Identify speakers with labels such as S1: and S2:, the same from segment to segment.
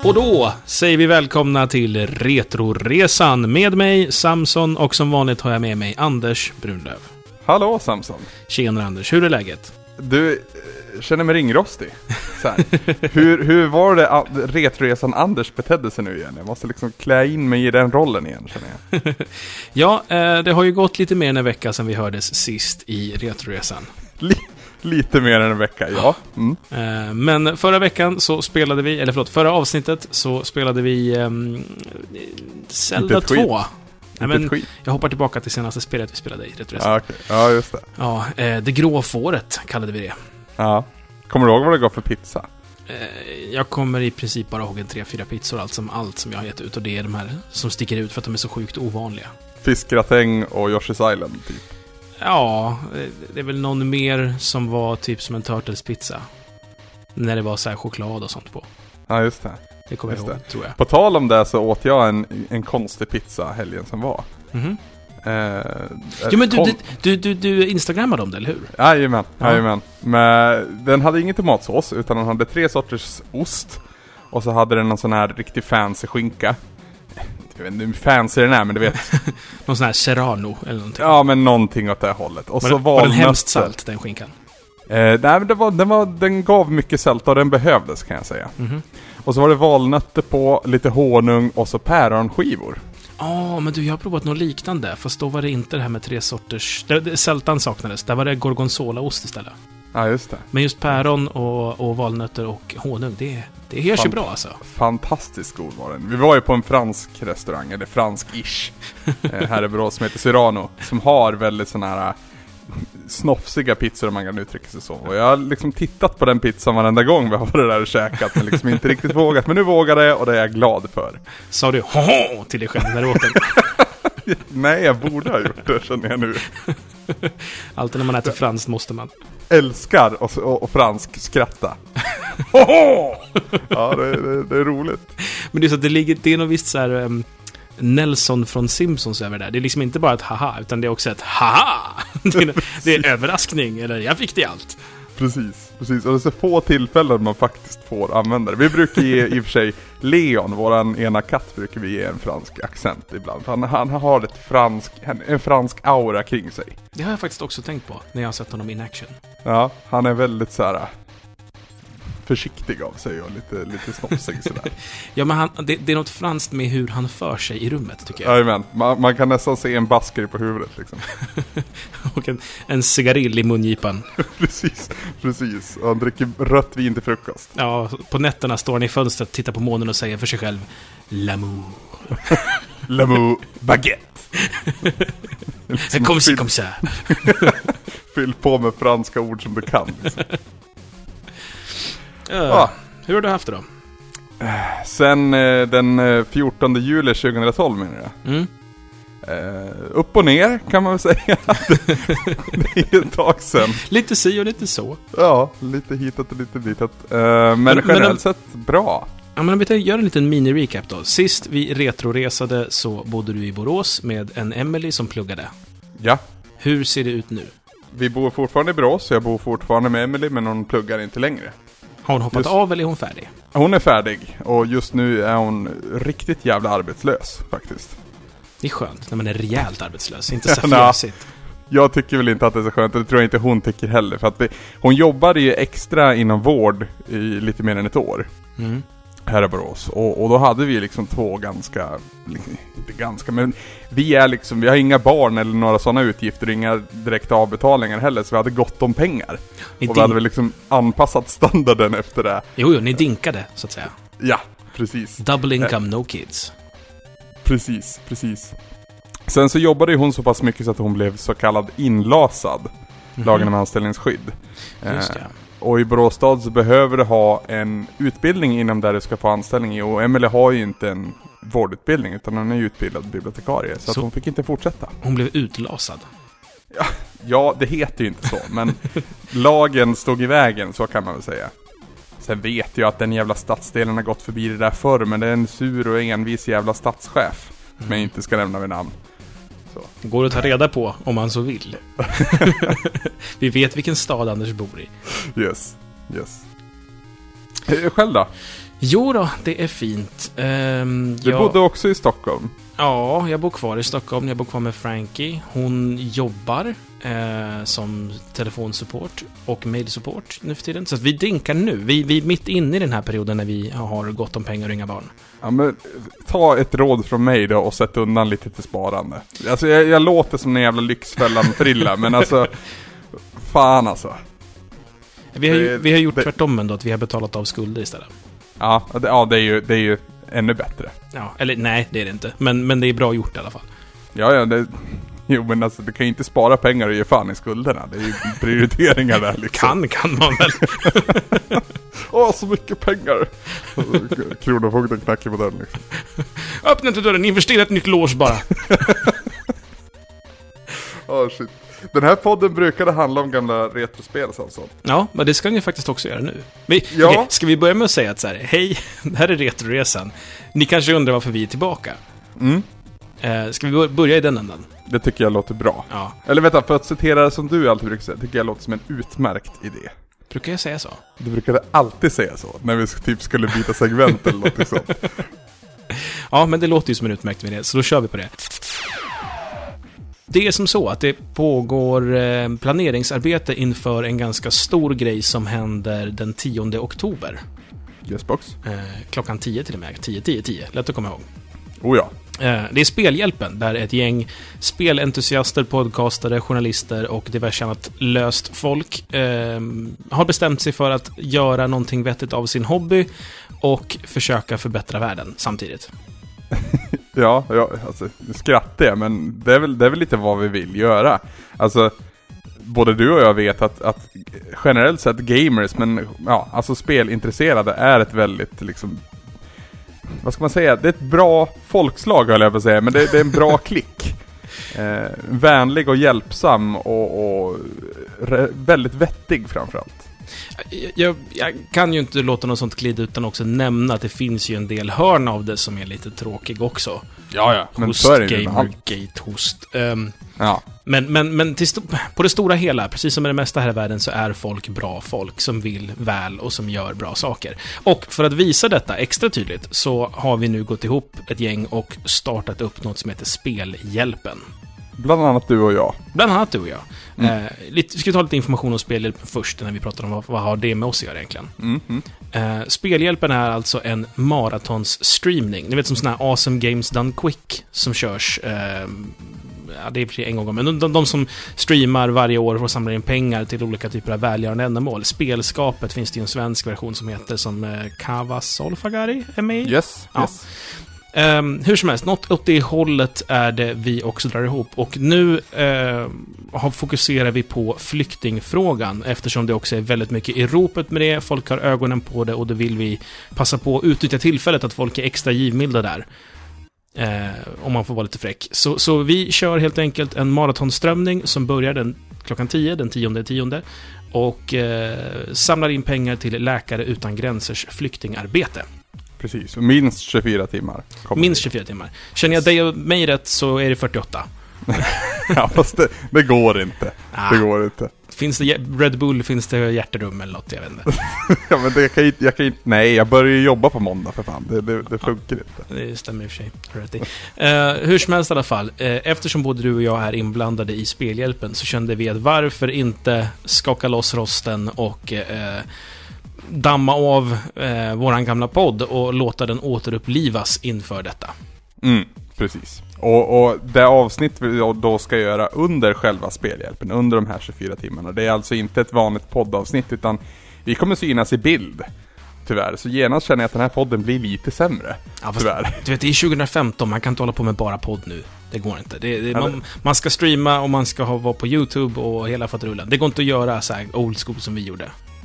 S1: Och då säger vi välkomna till Retroresan med mig, Samson, och som vanligt har jag med mig Anders Brunlöv.
S2: Hallå Samson.
S1: Tjena Anders, hur är läget?
S2: Du känner mig ringrostig. Så här. Hur var det Retroresan Anders betedde sig nu igen? Jag måste liksom klä in mig i den rollen igen, känner jag.
S1: Ja, det har ju gått lite mer än en vecka sedan vi hördes sist i Retroresan.
S2: Lite mer än en vecka, ja.
S1: Men förra veckan så spelade vi, förra avsnittet så spelade vi Zelda 2. Nej, men jag hoppar tillbaka till senaste spelet vi spelade i Retroresan.
S2: Okay. Ja, just det.
S1: Ja, det grå fåret kallade vi det.
S2: Ja. Kommer du ihåg vad det gav för pizza?
S1: Jag kommer i princip bara ihåg 3-4 pizzor, allt som jag har gett ut. Och det är de här som sticker ut för att de är så sjukt ovanliga.
S2: Fiskgratäng och Yoshi's Island, typ.
S1: Ja, det är väl någon mer som var typ som en Turtles pizza. När det var så här choklad och sånt på.
S2: Ja, just det.
S1: Det kommer jag ihåg, tror jag.
S2: På tal om det så åt jag en konstig pizza helgen som var.
S1: Mhm. Jo, men du instagrammade om det, eller hur?
S2: Jajamän. Men den hade ingen tomatsås, utan den hade 3 sorters ost. Och så hade den någon sån här riktigt fancy skinka. Jag vet inte hur fancy den är, men du vet.
S1: Någon sån här serrano eller någonting.
S2: Ja, men någonting åt det hållet. Och
S1: var den hemskt salt, den skinkan?
S2: Nej, men den gav mycket salt och den behövdes, kan jag säga.
S1: Mm-hmm.
S2: Och så var det valnötter på, lite honung och päronskivor.
S1: Men du, jag har provat något liknande. Fast då var det inte det här med 3 sorters... Sältan saknades. Där var det gorgonzolaost istället.
S2: Ja, just det.
S1: Men just päron och valnötter och honung, det hörs ju bra alltså.
S2: Fantastiskt god var den. Vi var ju på en fransk restaurang, eller fransk-ish, här i Borås, som heter Cyrano. Som har väldigt såna här snofsiga pizzor, om man kan uttrycka sig så. Och jag har liksom tittat på den pizzan varenda gång vi har varit där och käkat, men liksom inte riktigt vågat. Men nu vågade jag, och det är jag glad för.
S1: Sa du hoho till dig själv när du åt den?
S2: Nej, jag borde ha gjort det, känner jag nu.
S1: Alltid när man äter franskt måste man.
S2: Älskar och fransk skratta. Hoho! Ja, det är roligt.
S1: Men det är så att det är nog visst så här... Nelson från Simpsons över där. Det är liksom inte bara ett haha, utan det är också ett haha. Det är överraskning, eller jag fick det allt. Precis. Och det är så få tillfällen man faktiskt får använda det. Vi brukar ge, i och för sig, Leon, våran ena katt, brukar vi ge en fransk accent ibland. Han har en fransk aura kring sig. Det har jag faktiskt också tänkt på när jag har sett honom in action. Ja, han är väldigt så här försiktig av sig och lite snopsig sådär. Ja, men det är något franskt med hur han för sig i rummet, tycker jag. Jajamän, man kan nästan se en basker på huvudet liksom. Och en cigarill i mungipan. Precis. Och han dricker rött vin till frukost. Ja, på nätterna står han i fönstret, tittar på månen och säger för sig själv: L'amour. L'amour baguette. Kom så. Fyll på med franska ord som du kan liksom. Hur har du haft det då? Sen den 14 juli 2012 menar jag. Upp och ner kan man väl säga. Det är ett tag sen. Lite si och lite så. Ja, lite hitåt och lite ditåt. Men generellt sett bra. Ja, men om vi gör en liten mini-recap då. Sist vi retroresade så bodde du i Borås med en Emily som pluggade. Ja. Hur ser det ut nu? Vi bor fortfarande i Borås, jag bor fortfarande med Emily, men hon pluggar inte längre. Har hon hoppat av eller är hon färdig? Hon är färdig och just nu är hon riktigt jävla arbetslös faktiskt. Det är skönt när man är rejält arbetslös, inte så fjäsigt. Jag tycker väl inte att det är så skönt, och det tror jag inte hon tycker heller. För att hon jobbade ju extra inom vård i lite mer än ett år. Här i Borås. Och då hade vi liksom 2 men vi har inga barn eller några sådana utgifter, inga direkta avbetalningar heller, så vi hade gott om pengar. Och vi hade väl liksom anpassat standarden efter det. Jo, ni dinkade så att säga. Ja, precis. Double income, no kids. Precis. Sen så jobbade hon så pass mycket så att hon blev så kallad inlasad, lagen om anställningsskydd. Just det. Och i Borås stad så behöver du ha en utbildning inom där du ska få anställning i. Och Emily har ju inte en vårdutbildning, utan hon är utbildad bibliotekarie. Så att hon fick inte fortsätta. Hon blev utlasad? Ja, det heter ju inte så. Men lagen stod i vägen, så kan man väl säga. Sen vet jag att den jävla stadsdelen har gått förbi det där förr. Men det är en sur och envis jävla stadschef som jag inte ska nämna vid namn. Så. Går att ta reda på om man så vill. Vi vet vilken stad Anders bor i. Yes. Själv då? Jo då, det är fint.
S2: Du bodde också i Stockholm?
S1: Ja, jag bor kvar i Stockholm. Jag bor kvar med Frankie. Hon jobbar som telefonsupport och mailsupport nu för tiden. Så att vi dinkar nu. Vi är mitt inne i den här perioden när vi har gott om pengar och inga barn.
S2: Ja, men ta ett råd från mig då och sätt undan lite till sparande. Alltså jag låter som en jävla Lyxfällan-frilla, men alltså fan alltså.
S1: Vi har gjort tvärtom ändå, att vi har betalat av skulder istället.
S2: Ja, det är ju ännu bättre.
S1: Ja, eller nej, det är det inte. Men det är bra gjort i alla fall.
S2: Ja, jo, men alltså du kan ju inte spara pengar och ge fan i skulderna. Det är ju prioriteringar där liksom.
S1: Kan man väl.
S2: Så mycket pengar. Kronofogden knackar på dörren liksom.
S1: Öppna inte dörren, investera ett nytt lås bara.
S2: Shit. Den här podden brukade handla om gamla retrospel alltså.
S1: Ja, men det ska ni faktiskt också göra nu.
S2: Ja.
S1: Ska vi börja med att säga att så här, hej, det här är Retroresan. Ni kanske undrar varför vi är tillbaka. Ska vi börja i den änden?
S2: Det tycker jag låter bra.
S1: Ja.
S2: Eller vänta, för att citera som du alltid brukar säga, tycker jag låter som en utmärkt idé.
S1: Brukar jag säga så?
S2: Du brukade alltid säga så, när vi typ skulle byta segment eller något sånt.
S1: Ja, men det låter ju som en utmärkt idé, så då kör vi på det. Det är som så att det pågår planeringsarbete inför en ganska stor grej som händer den 10 oktober.
S2: Yesbox.
S1: Klockan 10 till och med. 10. Lätt att komma ihåg.
S2: Oh ja.
S1: Det är Spelhjälpen, där ett gäng spelentusiaster, podcastare, journalister och diverse annat löst folk har bestämt sig för att göra någonting vettigt av sin hobby och försöka förbättra världen samtidigt.
S2: Ja, alltså skrattar jag, men det är väl lite vad vi vill göra. Alltså, både du och jag vet att generellt sett gamers, men ja, alltså spelintresserade är ett väldigt liksom, vad ska man säga, det är ett bra folkslag höll jag på att säga, men det är en bra klick. Vänlig och hjälpsam och väldigt vettig framförallt.
S1: Jag kan ju inte låta något sånt glida utan också nämna att det finns ju en del hörn av det som är lite tråkig också.
S2: Ja, men
S1: host,
S2: så är det ju.
S1: Gamergate, host.
S2: Ja.
S1: Men på det stora hela, precis som med det mesta här i världen, så är folk bra folk som vill väl och som gör bra saker. Och för att visa detta extra tydligt så har vi nu gått ihop ett gäng och startat upp något som heter Spelhjälpen.
S2: Bland annat du och jag.
S1: Vi ska ta lite information om Spelhjälpen först när vi pratar om vad har det med oss att göra egentligen. Spelhjälpen är alltså en maratons-streamning. Ni vet, som såna här Awesome Games Done Quick som körs det är för en gång, men de som streamar varje år och samlar in pengar till olika typer av välgörande ändamål. Spelskapet finns det ju en svensk version som heter som Kava Solfagari är med.
S2: Yes.
S1: Hur som helst, något åt det hållet är det vi också drar ihop. Och nu fokuserar vi på flyktingfrågan, eftersom det också är väldigt mycket i ropet med det. Folk har ögonen på det och då vill vi passa på att utnyttja tillfället att folk är extra givmilda där. Om man får vara lite fräck. Så vi kör helt enkelt en maratonströmning som börjar klockan 10, den 10/10, och samlar in pengar till Läkare Utan Gränsers flyktingarbete.
S2: Precis, och minst 24 timmar.
S1: Minst 24 timmar. Känner jag dig och mig rätt så är det 48.
S2: Ja, fast det går inte. Det går inte.
S1: Finns det Red Bull, finns det hjärterum eller något, jag vet inte.
S2: Ja, men jag kan inte, nej, jag börjar ju jobba på måndag för fan. Det funkar inte.
S1: Det stämmer i och för sig. Hur som helst i alla fall, eftersom både du och jag är inblandade i Spelhjälpen så kände vi att varför inte skaka loss rosten och damma av våran gamla podd och låta den återupplivas inför detta.
S2: Precis. Och det avsnitt vi då ska göra under själva Spelhjälpen, under de här 24 timmarna, det är alltså inte ett vanligt poddavsnitt, utan vi kommer synas i bild, tyvärr. Så genast känner jag att den här podden blir lite sämre, tyvärr. Du vet,
S1: det är 2015, man kan inte hålla på med bara podd nu. Det går inte. Man ska streama och man ska vara på YouTube och hela faderullen. Det går inte att göra så här old school som vi gjorde.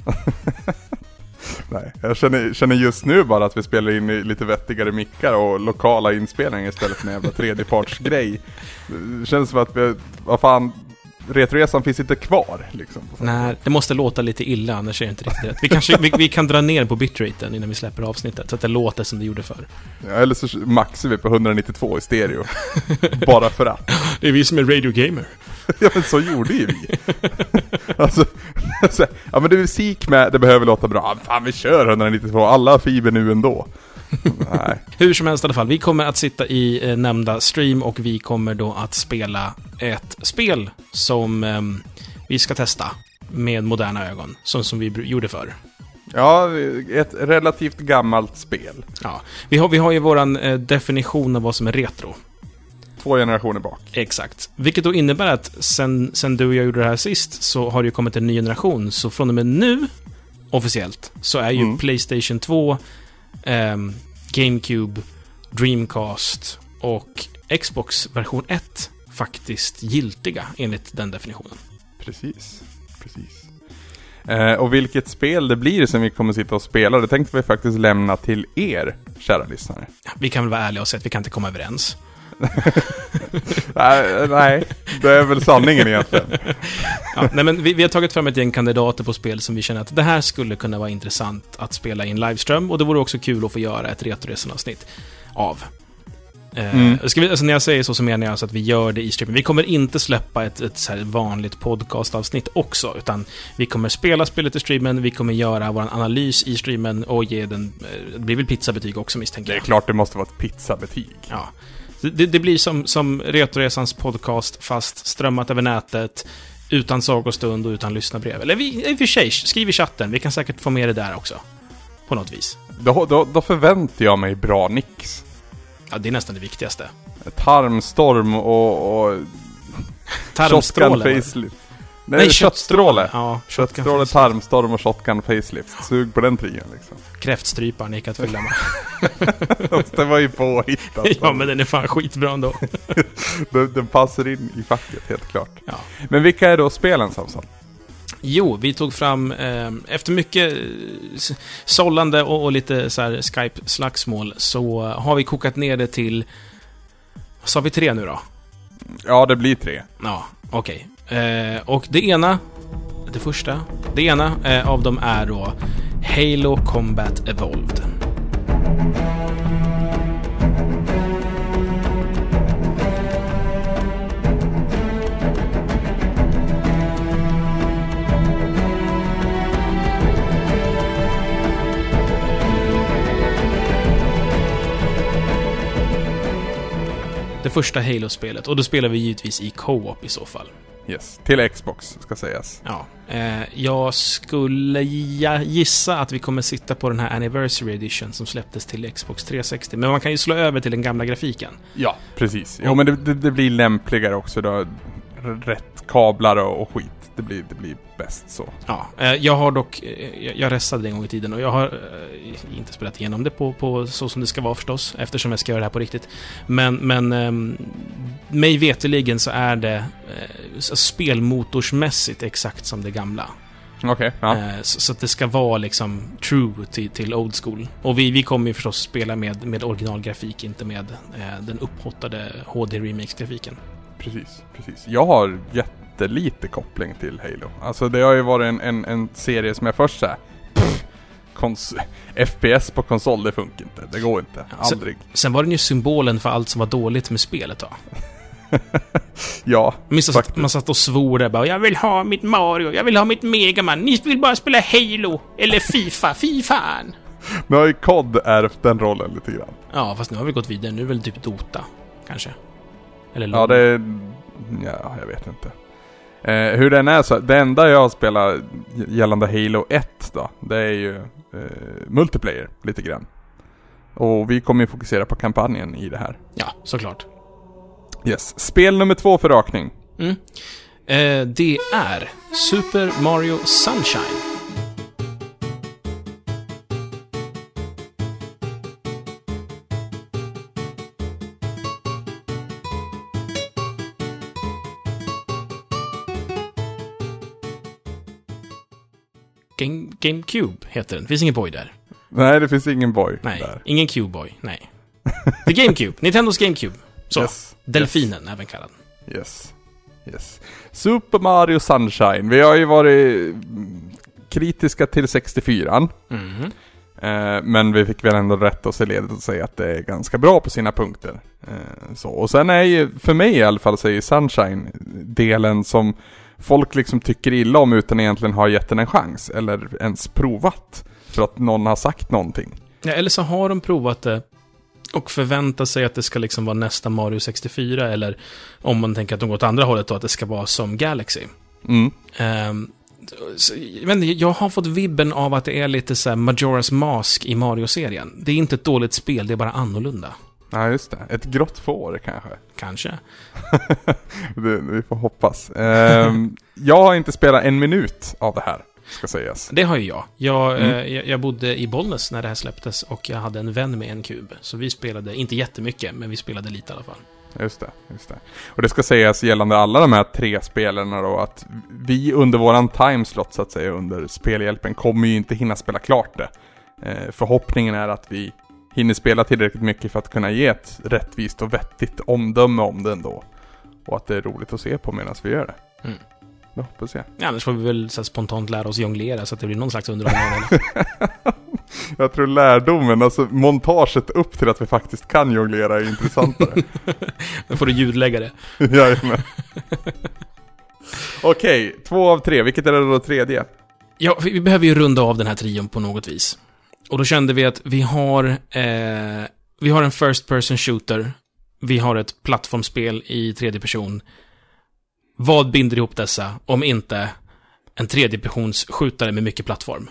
S2: Nej, jag känner just nu bara att vi spelar in i lite vettigare mickar och lokala inspelningar istället för en jävla tredjepartsgrej. Det känns som att vad fan, Retroresan finns inte kvar liksom.
S1: Nej, det måste låta lite illa, annars är det inte riktigt rätt. Vi kan dra ner på bitraten innan vi släpper avsnittet så att det låter som det gjorde förr.
S2: Ja, eller så maxar vi på 192 i stereo. Bara för att.
S1: Det är vi som är Radio Gamer.
S2: Ja, men så gjorde ju vi. Alltså, ja, men det är musik med, det behöver låta bra. Fan, vi kör 192, alla fiber nu ändå. Nej.
S1: Hur som helst i alla fall, vi kommer att sitta i nämnda stream och vi kommer då att spela ett spel som vi ska testa med moderna ögon, som vi gjorde förr.
S2: Ja, ett relativt gammalt spel.
S1: Ja, vi har ju våran definition av vad som är retro.
S2: 2 generationer bak.
S1: Exakt. Vilket då innebär att sen du och jag gjorde det här sist så har det ju kommit en ny generation. Så från och med nu, officiellt, så är ju PlayStation 2, GameCube, Dreamcast och Xbox version 1 faktiskt giltiga enligt den definitionen.
S2: Precis. Och vilket spel det blir som vi kommer sitta och spela, det tänkte vi faktiskt lämna till er, kära lyssnare.
S1: Ja, vi kan väl vara ärliga och säga att vi kan inte komma överens.
S2: nej, det är väl sanningen egentligen.
S1: Ja, nej, men vi har tagit fram ett gäng kandidater på spel som vi känner att det här skulle kunna vara intressant att spela i en livestream, och det vore också kul att få göra ett Retroresan-avsnitt av. Alltså när jag säger så menar jag alltså att vi gör det i streamen. Vi kommer inte släppa ett så här vanligt podcastavsnitt också, utan vi kommer spela spelet i streamen, vi kommer göra vår analys i streamen och ge den, det blir väl pizzabetyg också, misstänker jag.
S2: Det är klart det måste vara ett pizzabetyg.
S1: Ja. Det blir som Retroresans podcast, fast strömmat över nätet, utan sagostund och utan lyssnarbrev. Eller i och för sig, skriv i chatten, vi kan säkert få med det där också. På något vis.
S2: Då förväntar jag mig bra nix.
S1: Ja, det är nästan det viktigaste.
S2: Tarmstorm och
S1: tarmstråle.
S2: Nej, köttstråle.
S1: Ja,
S2: köttstråle, tarmstorm och shotgun facelift. Sug på den trion liksom.
S1: Kräftstryparen gick att fylla med.
S2: Det var ju påhittat.
S1: Ja, men den är fan skitbra ändå.
S2: den passar in i facket, helt klart.
S1: Ja.
S2: Men vilka är då spelen, Samson?
S1: Jo, vi tog fram, efter mycket sållande och lite så här Skype-slagsmål, så har vi kokat ner det till, vad sa vi, 3 nu då?
S2: Ja, det blir 3.
S1: Ja, okej. Och det ena av dem är då Halo Combat Evolved. Det första Halo-spelet. Och då spelar vi givetvis i co-op i så fall.
S2: Yes, till Xbox ska sägas.
S1: Ja, jag skulle gissa att vi kommer sitta på den här Anniversary Edition som släpptes till Xbox 360. Men man kan ju slå över till den gamla grafiken.
S2: Ja, precis. Jo, men det blir lämpligare också då. Rätt kablar och skit. Det blir bäst så.
S1: Ja, jag har dock, jag restade en gång i tiden och jag har inte spelat igenom det på så som det ska vara förstås, eftersom jag ska göra det här på riktigt. Men mig veteligen så är det spelmotorsmässigt exakt som det gamla.
S2: Okej, ja.
S1: Så att det ska vara liksom true till old school. Och vi kommer ju förstås spela med originalgrafik, inte med den upphottade HD-remix-grafiken. Precis.
S2: Jag har jättelite koppling till Halo. Alltså det har ju varit en serie som jag först såhär FPS på konsol, det funkar inte. Det går inte. Aldrig.
S1: Sen var den ju symbolen för allt som var dåligt med spelet då.
S2: Ja,
S1: man satt och svor där bara, jag vill ha mitt Mario, jag vill ha mitt Mega Man, ni vill bara spela Halo eller FIFA, fy fan.
S2: Nu har ju COD ärvt den rollen lite grann.
S1: Ja, fast nu har vi gått vidare, nu är väl typ Dota kanske. Eller
S2: ja, jag vet inte. Hur den är så, det enda jag spelar gällande Halo 1 då, det är ju multiplayer lite grann. Och vi kommer ju fokusera på kampanjen i det här.
S1: Ja, såklart.
S2: Yes. Spel nummer 2 för rakning.
S1: Det är Super Mario Sunshine. GameCube heter den. Det finns ingen boy där.
S2: Nej, det finns ingen boy
S1: där. Ingen Cube-boy, nej. The GameCube, Nintendos GameCube. Så,
S2: yes.
S1: Delfinen även kallad.
S2: Yes. Super Mario Sunshine. Vi har ju varit kritiska till 64an. Men vi fick väl ändå rätt oss i ledet och säga att det är ganska bra på sina punkter. Så. Och sen är ju, för mig i alla fall, så är ju Sunshine-delen som folk liksom tycker illa om utan egentligen har gett den en chans. Eller ens provat. För att någon har sagt någonting.
S1: Ja, eller så har de provat det och förväntar sig att det ska liksom vara nästa Mario 64. Eller om man tänker att de går åt andra hållet då, att det ska vara som Galaxy. Men jag har fått vibben av att det är lite så här Majora's Mask i Mario-serien. Det är inte ett dåligt spel, det är bara annorlunda.
S2: Ja, just det. Ett grått får kanske.
S1: Kanske.
S2: Vi får hoppas. Jag har inte spelat en minut av det här, ska sägas.
S1: Det har ju jag. Jag bodde i Bollnäs när det här släpptes och jag hade en vän med en kub. Så vi spelade, inte jättemycket, men vi spelade lite i alla fall.
S2: Just det. Och det ska sägas gällande alla de här 3 spelarna då, att vi under våran timeslot så att säga, under spelhjälpen, kommer ju inte hinna spela klart det. Förhoppningen är att vi hinner spela tillräckligt mycket för att kunna ge ett rättvist och vettigt omdöme om det ändå. Och att det är roligt att se på medan vi gör det. Det hoppas jag.
S1: Ja, annars får vi väl så spontant lära oss jonglera så att det blir någon slags underhållning.
S2: Jag tror lärdomen, alltså montaget upp till att vi faktiskt kan jonglera är intressantare.
S1: Då får du ljudlägga det.
S2: Jajamän. Okej, 2 av 3. Vilket är det då tredje?
S1: Ja, vi behöver ju runda av den här trion på något vis. Och då kände vi att vi har en first person shooter. Vi har ett plattformsspel i tredje person. Vad binder ihop dessa om inte en tredjepersons skjutare med mycket plattform?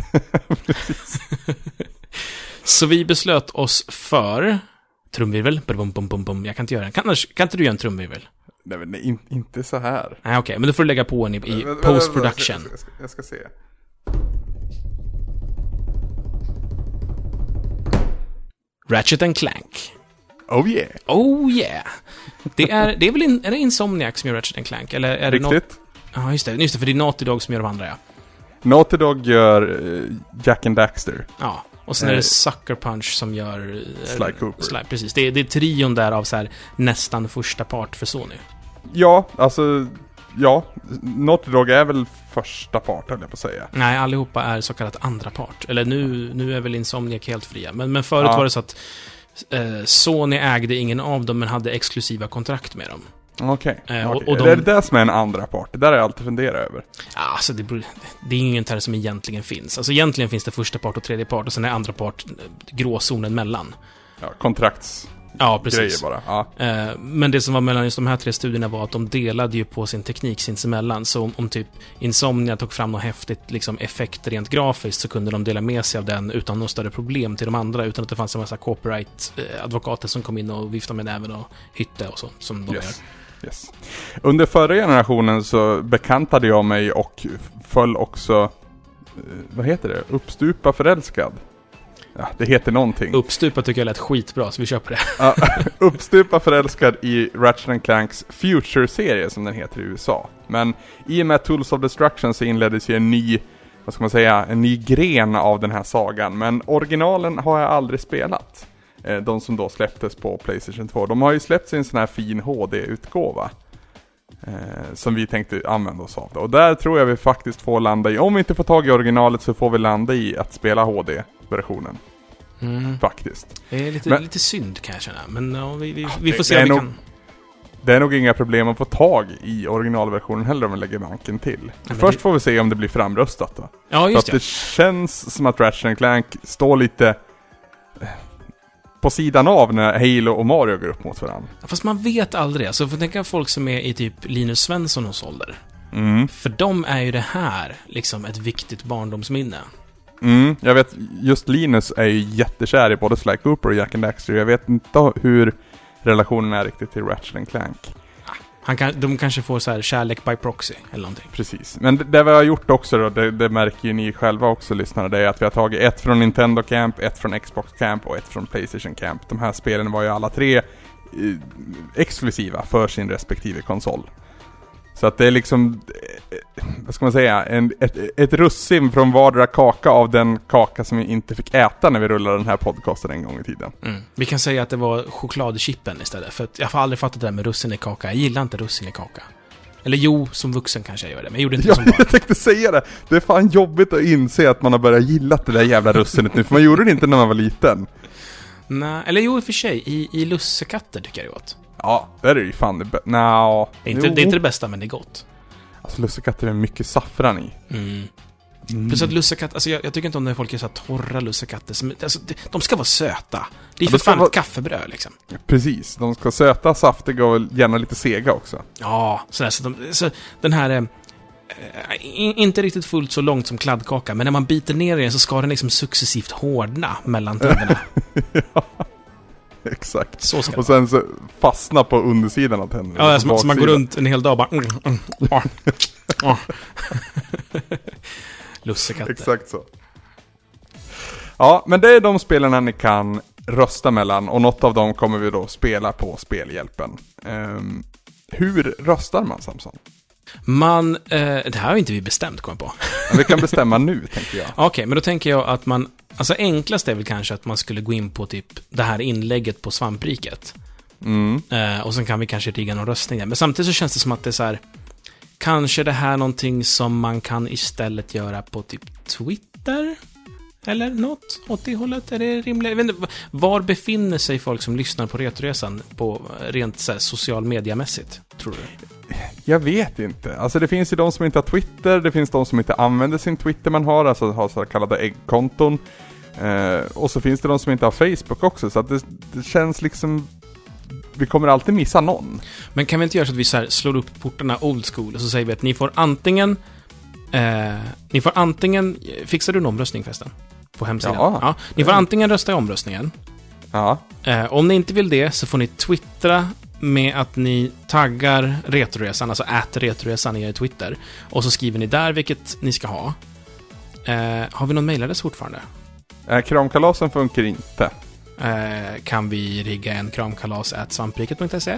S1: Så vi beslöt oss för trumvirvel. Jag kan inte göra den. Kan inte du göra en trumvirvel?
S2: Nej, men inte så här.
S1: Nej, okej, men då får du lägga på en i post-production.
S2: Jag ska se.
S1: Ratchet & Clank.
S2: Oh yeah.
S1: Oh yeah. Det är väl är det Insomniac som gör Ratchet & Clank? Eller är det
S2: riktigt?
S1: Ja, just det, för det är Naughty Dog som gör de andra, ja.
S2: Naughty Dog gör Jack and Daxter.
S1: Ja, och sen är det Sucker Punch som gör
S2: Sly Cooper.
S1: Precis, det är trion där av så här nästan första part för Sony.
S2: Ja, alltså Naughty Dog är väl första part, höll jag på att säga.
S1: Nej, allihopa är så kallat andra part. Eller nu är väl Insomniac helt fria. Men förut var det så att Sony ägde ingen av dem men hade exklusiva kontrakt med dem.
S2: Okej. Och det är det som är en andra part. Det där har jag alltid funderat över.
S1: Alltså det är ingen term som egentligen finns. Alltså egentligen finns det första part och tredje part och sen är andra part gråzonen mellan.
S2: Ja, kontrakts.
S1: Ja, precis.
S2: Bara. Ja.
S1: Men det som var mellan just de här 3 studierna var att de delade ju på sin teknik sinsemellan. Så om typ Insomnia tog fram något häftigt liksom, effekt rent grafiskt så kunde de dela med sig av den utan något större problem till de andra, utan att det fanns en massa copyright-advokater som kom in och viftade med näven och hytte och så, som de gör.
S2: Yes. Under förra generationen så bekantade jag mig och föll också, vad heter det? Uppstupa förälskad. Ja, det heter någonting.
S1: Uppstupa tycker jag lät skitbra, så vi köper det.
S2: Ja, uppstupa förälskad i Ratchet & Clanks Future-serie som den heter i USA. Men i och med Tools of Destruction så inleddes ju en ny gren av den här sagan. Men originalen har jag aldrig spelat. De som då släpptes på PlayStation 2. De har ju släppt en sån här fin HD-utgåva. Som vi tänkte använda oss av. Och där tror jag vi faktiskt får landa i. Om vi inte får tag i originalet så får vi landa i att spela HD-versionen. Faktiskt.
S1: Det är lite synd kan jag känna. Men ja, vi får se om vi kan.
S2: Det är nog inga problem att få tag i originalversionen heller om vi lägger manken till. Först får vi se om det blir framröstat då.
S1: Ja, just
S2: det. Det känns som att Ratchet & Clank står lite på sidan av när Halo och Mario går upp mot varandra.
S1: Fast man vet aldrig. Alltså, för tänka folk som är i typ Linus Svensson hos ålder. För dem är ju det här liksom ett viktigt barndomsminne.
S2: Jag vet, just Linus är ju jättekär i både Sly Cooper och Jack and Daxter. Jag vet inte hur relationen är riktigt till Ratchet & Clank.
S1: De kanske får så här kärlek by proxy eller någonting.
S2: Precis. Men det vi har gjort också då, det märker ju ni själva också lyssnare, det är att vi har tagit ett från Nintendo Camp, ett från Xbox Camp och ett från PlayStation Camp. De här spelen var ju alla 3 exklusiva för sin respektive konsol. Så att det är liksom, vad ska man säga, ett russin från vardera kaka av den kaka som vi inte fick äta när vi rullade den här podcasten en gång i tiden.
S1: Vi kan säga att det var chokladchippen istället. För att jag har aldrig fattat det där med russin i kaka. Jag gillar inte russin i kaka. Eller jo, som vuxen kanske jag gör det, men jag gjorde inte det som barn.
S2: Jag tänkte säga det. Det är fan jobbigt att inse att man har börjat gilla det där jävla russinet nu, för man gjorde det inte när man var liten.
S1: Nej, eller jo, i och för sig, i lussekatter tycker jag det är gott.
S2: Ja, det är ju fan det bästa.
S1: Det är inte det bästa, men det är gott.
S2: Alltså lussekatter är mycket saffran i.
S1: Plus att lussekatter, alltså jag tycker inte om när folk är så här torra lussekatter. Alltså, de ska vara söta. Det är för fan ett kaffebröd liksom.
S2: Precis, de ska söta, saftiga och gärna lite sega också.
S1: Ja, så den här... inte riktigt fullt så långt som kladdkaka, men när man biter ner i den så ska den liksom successivt hårdna mellan tänderna.
S2: Ja, exakt.
S1: Så ska
S2: och sen så fastna på undersidan av tänderna.
S1: Ja, så man går runt en hel dag och bara... Lussekatter.
S2: Exakt så. Ja, men det är de spelarna ni kan rösta mellan, och något av dem kommer vi då spela på Spelhjälpen. Hur röstar man, Samson?
S1: Det här har inte vi bestämt, kom på.
S2: Vi kan bestämma nu, tänker jag.
S1: Okej, men då tänker jag att man... Alltså enklast är väl kanske att man skulle gå in på typ det här inlägget på Svampriket. Och sen kan vi kanske rigga någon röstning där. Men samtidigt så känns det som att det är så här... Kanske det här någonting som man kan istället göra på typ Twitter? Eller något åt det hållet? Är det rimligt? Jag vet inte, var befinner sig folk som lyssnar på Retroresan på rent så här, social mediamässigt, tror du?
S2: Jag vet inte. Alltså det finns ju de som inte har Twitter. Det finns de som inte använder sin Twitter man har. Alltså har så kallade äggkonton. Och så finns det de som inte har Facebook också. Så att det känns liksom... Vi kommer alltid missa någon.
S1: Men kan vi inte göra så att vi så här slår upp portarna old school och så säger vi att ni får antingen... Fixar du en omröstning förresten? På hemsidan? Ja. Ni får antingen rösta i omröstningen.
S2: Ja.
S1: Om ni inte vill det så får ni twittra med att ni taggar Retroresan, alltså @Retroresan i er Twitter. Och så skriver ni där vilket ni ska ha. Har vi någon mailadress fortfarande?
S2: Kramkalasen funkar inte.
S1: Kan vi rigga en kramkalas @svampriket.se?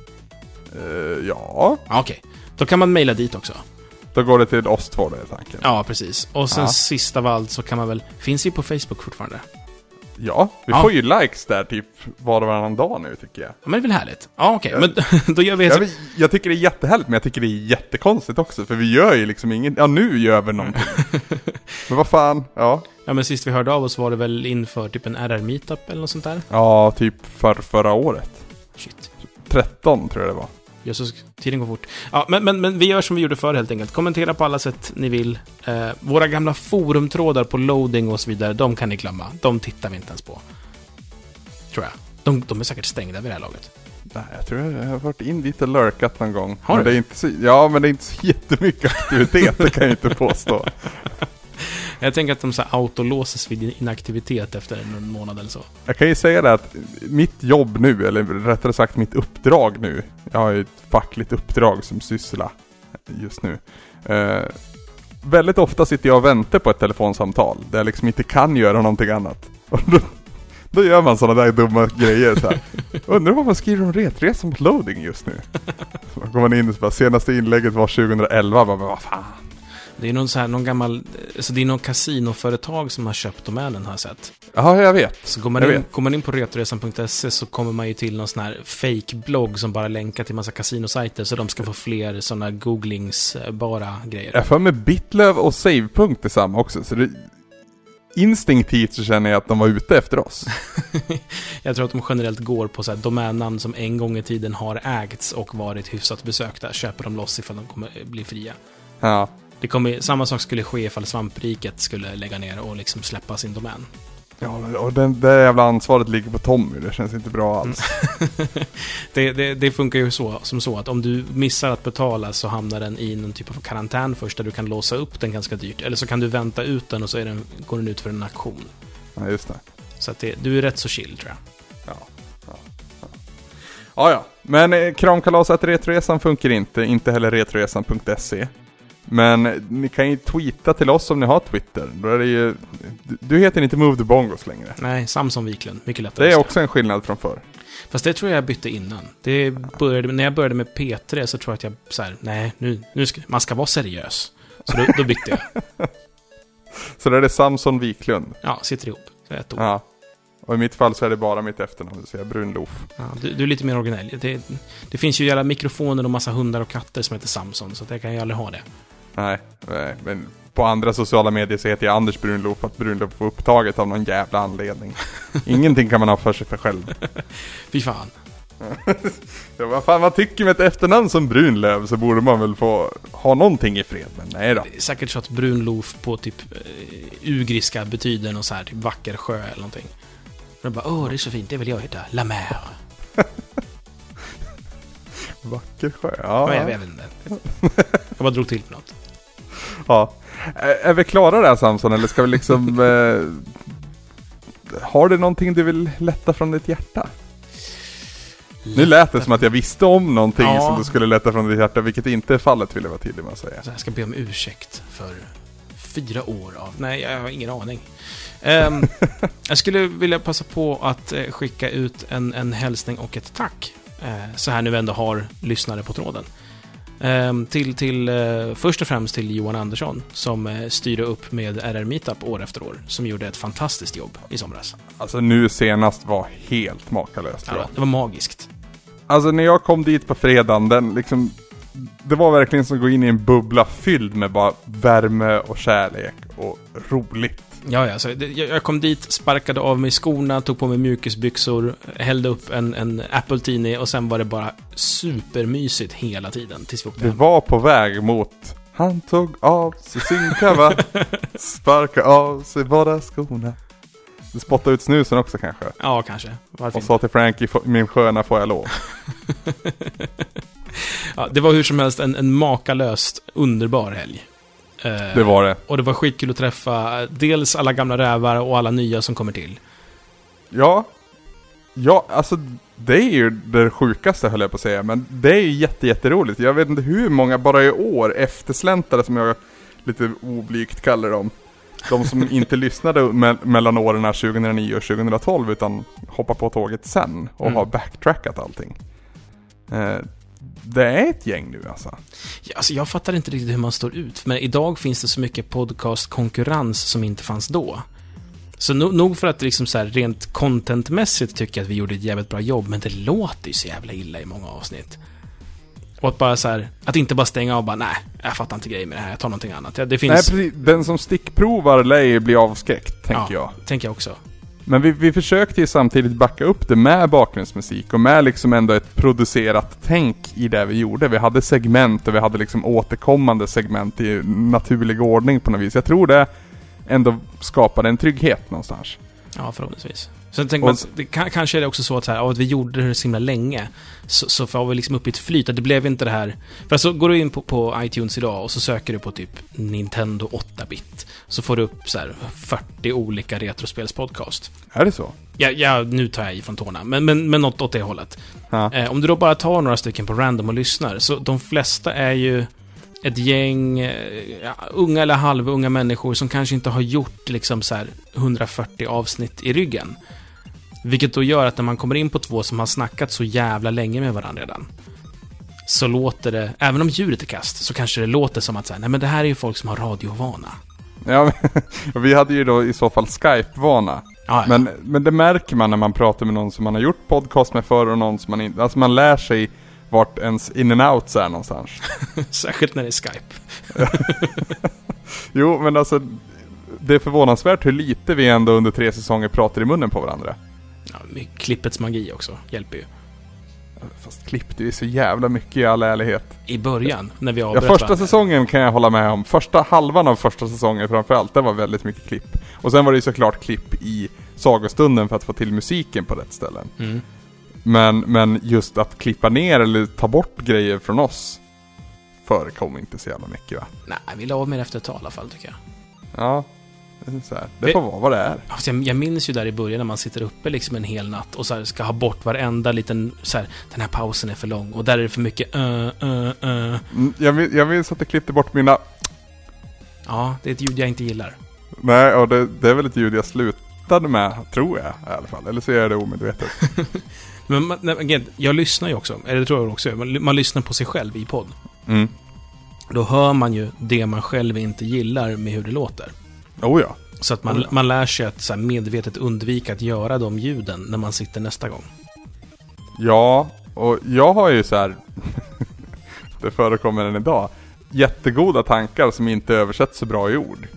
S2: Ja.
S1: Okej. Då kan man mejla dit också.
S2: Då går det till oss två, det är tanken.
S1: Ja, precis. Och sen sista av allt så kan man väl... Finns vi på Facebook fortfarande?
S2: Ja, vi får ju likes där typ var och varannan dag nu, tycker jag.
S1: Ja, men det är väl härligt. Ja, okej. Men då gör vi...
S2: Jag tycker det är jättehärligt, men jag tycker det är jättekonstigt också. För vi gör ju liksom ingen... Ja, nu gör vi någonting. Men vad fan, ja.
S1: Ja, men sist vi hörde av oss var det väl inför typ en RR-meetup eller något sånt där?
S2: Ja, typ förra året.
S1: Shit.
S2: 13 tror jag det var.
S1: Jesus, tiden går fort. Ja, men vi gör som vi gjorde förr helt enkelt. Kommentera på alla sätt ni vill. Våra gamla forumtrådar på loading och så vidare, de kan ni glömma. De tittar vi inte ens på. Tror jag. De är säkert stängda vid det här laget.
S2: Nej, jag tror jag har varit in dit och lurkat någon gång.
S1: Har du?
S2: Men det är inte så, ja, men det är inte så jättemycket aktivitet, det kan jag inte påstå.
S1: Jag tänker att de så här autolåses vid inaktivitet efter en månad eller så.
S2: Jag kan ju säga det att mitt jobb nu, eller rättare sagt mitt uppdrag nu, jag har ju ett fackligt uppdrag som syssla just nu. Väldigt ofta sitter jag och väntar på ett telefonsamtal där jag liksom inte kan göra någonting annat. Och då gör man sådana där dumma grejer så här. Undrar vad man skriver om Retresan på loading just nu. Så man kommer in och så bara, senaste inlägget var 2011, bara vad fan.
S1: Det är någon så här, någon gammal, alltså det är någon kasinoföretag som har köpt domänen, har jag sett.
S2: Ja, jag vet.
S1: Så går man in på retroresan.se så kommer man ju till någon sån här fake-blogg som bara länkar till massa kasinosajter så de ska få fler sådana googlingsbara grejer.
S2: Jag får med Bitlöv och Savepunkt är samma också, så det... Instinktivt så känner jag att de var ute efter oss.
S1: Jag tror att de generellt går på så här domännamn som en gång i tiden har ägts och varit hyfsat besökta. Köper de loss ifall de kommer bli fria.
S2: Ja.
S1: Samma sak skulle ske ifall Svampriket skulle lägga ner och liksom släppa sin domän.
S2: Ja, och det jävla ansvaret ligger på Tommy. Det känns inte bra alls.
S1: Det funkar ju som så att om du missar att betala så hamnar den i någon typ av karantän först där du kan låsa upp den ganska dyrt. Eller så kan du vänta ut den och så går den ut för en auktion.
S2: Ja, just det.
S1: Så att du är rätt så chill, tror jag.
S2: Ja. Men kramkalaset Retroresan funkar inte heller retroresan.se. Men ni kan ju tweeta till oss om ni har Twitter. Då är det ju, du heter inte Move the Bongos längre.
S1: Nej, Samson Wiklund. Mycket lättare.
S2: Det är också en skillnad från förr.
S1: Fast det tror jag bytte innan. När jag började med P3 så tror jag att jag så här, nej, nu man ska vara seriös. Så då bytte jag.
S2: Så det är det Samson Wiklund.
S1: Ja, sitter ihop. Så ett ord.
S2: Ja. Och i mitt fall så är det bara mitt efternamn, så säger jag Brunloof.
S1: Ja, du är lite mer originell. Det finns ju jävla mikrofoner och massa hundar och katter som heter Samson, så jag kan ju aldrig ha det.
S2: Nej, men på andra sociala medier så heter jag Anders Brunloof, att Brunloof får upptaget av någon jävla anledning. Ingenting kan man ha för sig för själv.
S1: Fy fan.
S2: Ja, vad fan, man tycker med ett efternamn som Brunlöv så borde man väl få ha någonting i fred, men nej då.
S1: Det är säkert så att Brunloof på typ ugriska betyder något så här, typ vacker sjö eller någonting. Och bara, det är så fint, det vill jag heta. La Mer.
S2: Vacker sjö, ja.
S1: Jag vet inte. Jag bara drog till på något.
S2: Ja. Är vi klara där, Samson, eller ska vi liksom... har du någonting du vill lätta från ditt hjärta? Nu lät det som att jag visste om någonting som du skulle lätta från ditt hjärta, vilket inte är fallet, vill jag vara tydlig med att säga.
S1: Så jag ska be om ursäkt för 4 år av... Nej, jag har ingen aning. Jag skulle vilja passa på att skicka ut en hälsning och ett tack. Så här nu vi ändå har lyssnare på tråden. Till först och främst till Johan Andersson som styrde upp med RR Meetup år efter år, som gjorde ett fantastiskt jobb i somras.
S2: Alltså nu senast var helt makalöst.
S1: Ja, det var magiskt.
S2: Alltså när jag kom dit på fredagen, det var verkligen som att gå in i en bubbla fylld med bara värme och kärlek och roligt.
S1: Ja, så jag kom dit, sparkade av mig skorna, tog på mig mjukisbyxor, hällde upp en Apple Tini och sen var det bara supermysigt hela tiden tills vi åkte hem.
S2: Det var på väg mot han tog av sig sin kava, sparkade av sig båda skorna. Du spottade ut snusen också kanske?
S1: Ja, kanske.
S2: Och sa till Frankie, min sköna får jag lov.
S1: Ja, det var hur som helst en makalöst underbar helg.
S2: Det var det.
S1: Och det var skitkul att träffa dels alla gamla rävar och alla nya som kommer till.
S2: Ja, alltså det är ju det sjukaste, höll jag på att säga. Men det är ju jätteroligt. Jag vet inte hur många bara i år eftersläntare, som jag lite oblygt kallar dem. De som inte lyssnade mellan åren 2009 och 2012 utan hoppar på tåget sen och har backtrackat allting. Det är ett gäng nu alltså.
S1: Ja, alltså. Jag fattar inte riktigt hur man står ut. Men idag finns det så mycket podcastkonkurrens som inte fanns då. Så nog för att liksom så här, rent contentmässigt tycker jag att vi gjorde ett jävligt bra jobb. Men det låter ju så jävla illa i många avsnitt. Och att bara så här, att inte bara stänga av och bara, nej, jag fattar inte grejer med det här, jag tar någonting annat. Det finns...
S2: Nej, precis. Den som stickprovar lär ju bli avskräckt, tänker jag.
S1: Tänker jag också.
S2: Men vi försökte ju samtidigt backa upp det med bakgrundsmusik och med liksom ändå ett producerat tänk i det vi gjorde. Vi hade segment och vi hade liksom återkommande segment i naturlig ordning på något vis. Jag tror det ändå skapade en trygghet någonstans.
S1: Ja, förhoppningsvis. Så jag tänker att kanske är det också så att, att vi gjorde det så himla länge, så får vi liksom upp i ett flyt att det blev inte det här. För alltså går du in på iTunes idag och så söker du på typ Nintendo 8-bit, så får du upp så här 40 olika retrospelspodcast.
S2: Är det så?
S1: Ja, nu tar jag i från tårna, men något åt det hållet. Ja. Om du då bara tar några stycken på random och lyssnar, så de flesta är ju ett gäng unga eller halvunga människor som kanske inte har gjort liksom så här 140 avsnitt i ryggen. Vilket då gör att när man kommer in på 2 som har snackat så jävla länge med varandra redan, så låter det, även om ljudet är kast, så kanske det låter som att så här, nej men det här är ju folk som har radiovana. Ja,
S2: men vi hade ju då i så fall Skype-vana. Ja. Men det märker man när man pratar med någon som man har gjort podcast med förr och någon som man inte... Alltså man lär sig vart ens in and out är någonstans.
S1: Särskilt när det är Skype.
S2: Jo, men alltså det är förvånansvärt hur lite vi ändå under 3 säsonger pratar i munnen på varandra.
S1: Ja, klippets magi också hjälper ju.
S2: Fast klipp, det är så jävla mycket i all ärlighet.
S1: I början, när vi avbröt
S2: första säsongen kan jag hålla med om. Första halvan av första säsongen framförallt, det var väldigt mycket klipp. Och sen var det ju såklart klipp i sagostunden för att få till musiken på rätt ställen. Men just att klippa ner eller ta bort grejer från oss förekommer inte så jävla mycket, va?
S1: Nej, vi la av med efter ett tag i alla fall, tycker jag.
S2: Ja, så här. Det får vara vad det är.
S1: Alltså jag minns ju där i början när man sitter uppe liksom en hel natt och så här ska ha bort varenda liten så här, den här pausen är för lång och där är det för mycket
S2: Jag minns att jag klippte bort mina...
S1: Ja, det är ett ljud jag inte gillar.
S2: Nej, och det är väl ett ljud jag slutade med, tror jag i alla fall. Eller så är det omedvetet.
S1: Men jag lyssnar ju också, eller det tror jag också. Man lyssnar på sig själv i podd.
S2: Mm.
S1: Då hör man ju det man själv inte gillar med hur det låter.
S2: Oh ja.
S1: Så att man lär sig att så här, medvetet undvika att göra de ljuden när man sitter nästa gång.
S2: Ja, och jag har ju så här det förekommer än idag, jättegoda tankar som inte översätts så bra i ord.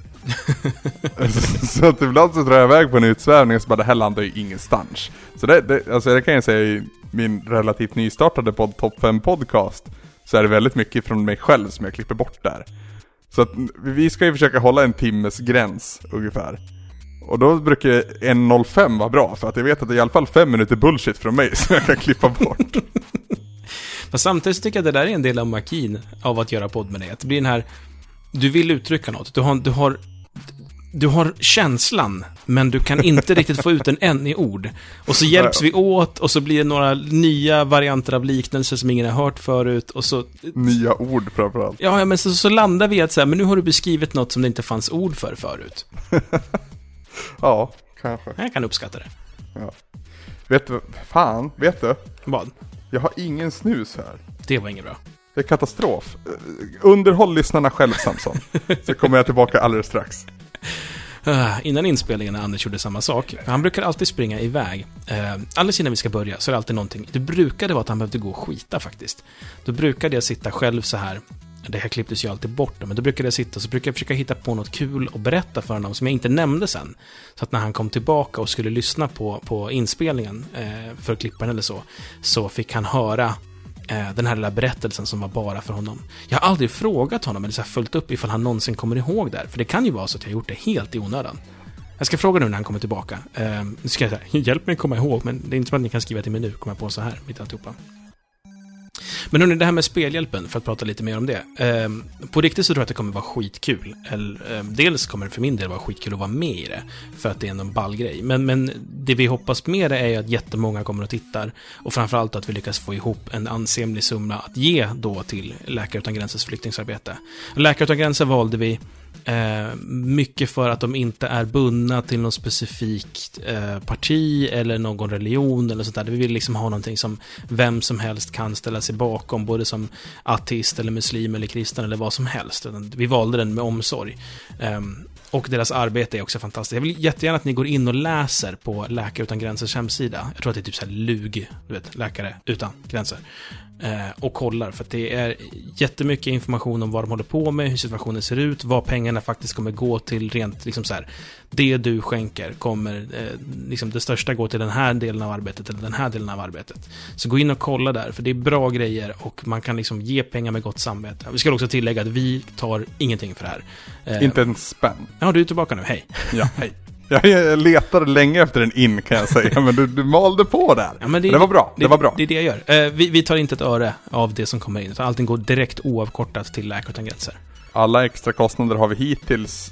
S2: Så att ibland så drar jag iväg på en utsvävning och så bara, det här landar ju ingenstans. Så det kan jag säga i min relativt nystartade Top 5 podcast, så är det väldigt mycket från mig själv som jag klipper bort där. Så att vi ska ju försöka hålla en timmes gräns ungefär. Och då brukar 1.05 vara bra, för att jag vet att det är i alla fall 5 minuter bullshit från mig som jag kan klippa bort.
S1: Fast samtidigt så tycker jag att det där är en del av magin av att göra podd med dig. Att det blir den här, du vill uttrycka något. Du har känslan, men du kan inte riktigt få ut den än i ord. Och så hjälps vi åt, och så blir det några nya varianter av liknelser som ingen har hört förut. Och så,
S2: nya ord framförallt.
S1: Ja, men så landar vi att så här, men nu har du beskrivit något som det inte fanns ord för förut.
S2: Ja, kanske.
S1: Jag kan uppskatta det.
S2: Ja. Vet du?
S1: Vad?
S2: Jag har ingen snus här.
S1: Det var inget bra.
S2: Det är katastrof. Underhåll lyssnarna själv, Samson. Så kommer jag tillbaka alldeles strax.
S1: Innan inspelningen när Anders gjorde samma sak. Han brukar alltid springa iväg. Alldeles innan vi ska börja så är det alltid någonting. Det brukade vara att han behövde gå och skita faktiskt. Då brukade jag sitta själv så här. Det här klipptes ju alltid bort. Men då brukade jag sitta och så brukade jag försöka hitta på något kul och berätta för honom som jag inte nämnde sen. Så att när han kom tillbaka och skulle lyssna på inspelningen för klipparen eller så fick han höra den här lilla berättelsen som var bara för honom. Jag har aldrig frågat honom eller så här följt upp ifall han någonsin kommer ihåg där. För det kan ju vara så att jag har gjort det helt i onödan. Jag ska fråga nu när han kommer tillbaka. Ska jag säga, hjälp mig komma ihåg, men det är inte som att ni kan skriva till mig nu. Kommer jag på så här, mitt alltihopa. Men hörni, det här med spelhjälpen, för att prata lite mer om det. På riktigt så tror jag att det kommer vara skitkul. Dels kommer det för min del vara skitkul att vara med i det, för att det är en ballgrej. Men det vi hoppas med det är att jättemånga kommer och tittar. Och framförallt att vi lyckas få ihop en ansenlig summa att ge då till Läkare Utan Gränsers flyktingsarbete. Läkare Utan Gränser valde vi mycket för att de inte är bundna till något specifikt parti eller någon religion eller sånt där. Vi vill liksom ha någonting som vem som helst kan ställa sig bakom, både som ateist eller muslim eller kristen eller vad som helst. Vi valde den med omsorg. Och deras arbete är också fantastiskt. Jag vill jättegärna att ni går in och läser på Läkare Utan Gränsers hemsida. Jag tror att det är typ så här LUG, du vet, Läkare Utan Gränser. Och kollar, för att det är jättemycket information om vad de håller på med, hur situationen ser ut, vad pengarna faktiskt kommer gå till, rent liksom så här, det du skänker kommer liksom det största gå till den här delen av arbetet eller den här delen av arbetet. Så gå in och kolla där, för det är bra grejer och man kan liksom ge pengar med gott samvete. Vi ska också tillägga att vi tar ingenting för det här.
S2: Inte en spänn.
S1: Ja, du är tillbaka nu, hej.
S2: Ja, hej. Jag letade länge efter en in, kan jag säga. Men du malde på där. Ja, men det var bra. Det var bra.
S1: Det är det jag gör. Vi tar inte ett öre av det som kommer in. Utan allting går direkt oavkortat till Läkare Utan Gränser.
S2: Alla extra kostnader har vi hittills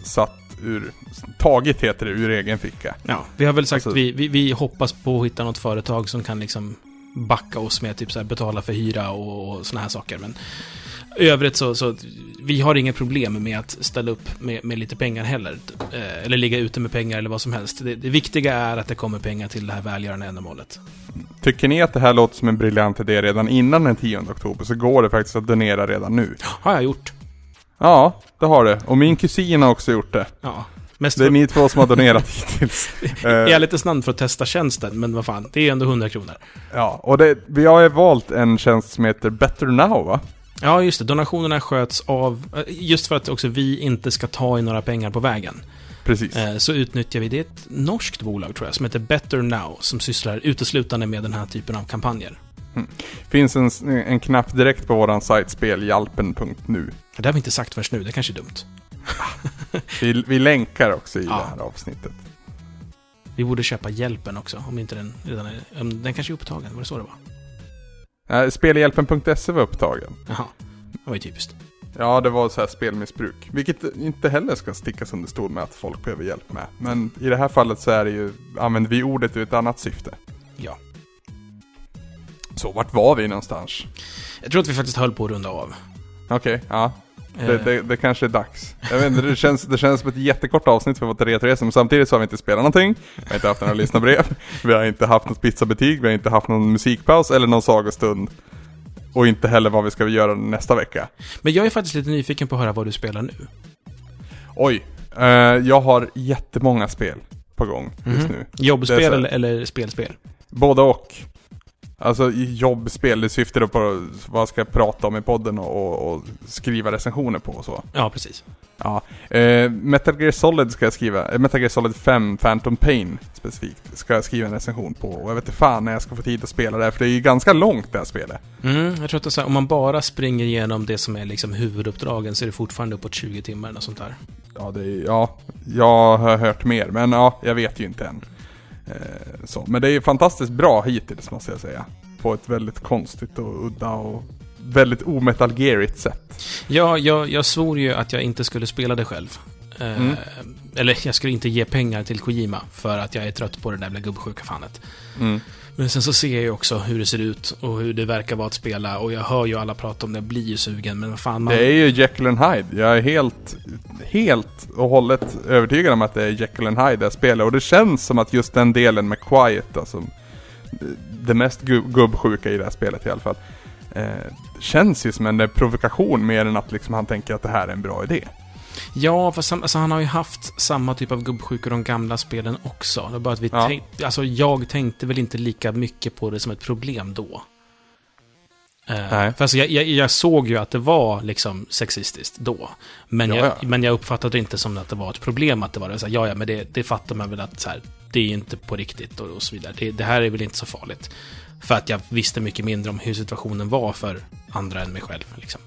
S2: tagit heter det, ur egen ficka.
S1: Ja, vi har väl sagt att vi hoppas på att hitta något företag som kan liksom backa oss med typ så här, betala för hyra och såna här saker. Men i övrigt så vi har inga problem med att ställa upp med lite pengar heller. Eller ligga ute med pengar eller vad som helst. Det viktiga är att det kommer pengar till det här välgörande ändamålet.
S2: Tycker ni att det här låter som en briljant idé redan innan den 10 oktober, så går det faktiskt att donera redan nu.
S1: Har jag gjort.
S2: Ja, det har det. Och min kusin har också gjort det.
S1: Ja.
S2: Det är ni två som har donerat hittills.
S1: Jag är lite snabb för att testa tjänsten, men vad fan, det är ändå 100 kronor.
S2: Ja, och vi har valt en tjänst som heter Better Now, va?
S1: Ja, just det. Donationerna sköts av, just för att också vi inte ska ta i några pengar på vägen.
S2: Precis.
S1: Så utnyttjar vi det. Ett norskt bolag tror jag som heter Better Now, som sysslar uteslutande med den här typen av kampanjer.
S2: Finns en knapp direkt på våran sajt spelhjälpen.nu.
S1: Det har vi inte sagt först nu, det kanske är dumt.
S2: vi länkar också i det här avsnittet.
S1: Vi borde köpa hjälpen också, om inte den redan är, den kanske är upptagen, var det så det var?
S2: Spelhjälpen.se var upptagen.
S1: Jaha, det var ju typiskt.
S2: Ja, det var så här spelmissbruk. Vilket inte heller ska stickas under stol med att folk behöver hjälp med. Men i det här fallet så är det ju, använder vi ordet i ett annat syfte.
S1: Ja.
S2: Så vart var vi någonstans?
S1: Jag tror att vi faktiskt höll på att runda av.
S2: Okej, ja. Det kanske är dags. Jag vet inte, det känns som ett jättekort avsnitt för vårt retresa, men samtidigt så har vi inte spelat någonting. Vi har inte haft några lyssnarbrev. Vi har inte haft något pizzabetyg. Vi har inte haft någon musikpaus eller någon sagostund. Och inte heller vad vi ska göra nästa vecka.
S1: Men jag är faktiskt lite nyfiken på att höra vad du spelar nu.
S2: Oj, Jag har jättemånga spel på gång just nu.
S1: Jobbspel eller spelspel?
S2: Båda och. Alltså jobbspel, det syftar då på vad ska jag prata om i podden och skriva recensioner på och så.
S1: Ja, precis.
S2: Ja. Metal Gear Solid ska jag skriva. Metal Gear Solid 5 Phantom Pain specifikt ska jag skriva en recension på. Och jag vet inte fan när jag ska få tid att spela det, för det är ju ganska långt det här spelet.
S1: Jag tror att så här, om man bara springer igenom det som är liksom huvuduppdragen så är det fortfarande uppåt 20 timmar och sånt där.
S2: Ja, jag har hört mer, men ja, jag vet ju inte än. Så. Men det är ju fantastiskt bra hittills, måste jag säga. På ett väldigt konstigt och udda och väldigt ometal gearigt sätt.
S1: Ja, jag svor ju att jag inte skulle spela det själv. Eller jag skulle inte ge pengar till Kojima för att jag är trött på det där med gubbsjuka fanet. Men sen så ser jag ju också hur det ser ut och hur det verkar vara att spela, och jag hör ju alla prata om det, jag blir ju sugen, men vad fan
S2: Det är ju Jekyll and Hyde. Jag är helt och hållet övertygad om att det är Jekyll and Hyde jag spelar, och det känns som att just den delen med Quiet, alltså det mest gubbsjuka i det här spelet i alla fall, känns ju som en provokation mer än att liksom han tänker att det här är en bra idé.
S1: Ja, fast alltså, han har ju haft samma typ av gubbsjuka de gamla spelen också. Det är bara att jag tänkte väl inte lika mycket på det som ett problem då. För alltså, jag såg ju att det var liksom sexistiskt då. Men jag uppfattade det inte som att det var ett problem att det var det. Så här, men det fattar man väl att så här, det är inte på riktigt och så vidare. Det här är väl inte så farligt. För att jag visste mycket mindre om hur situationen var för andra än mig själv. Liksom.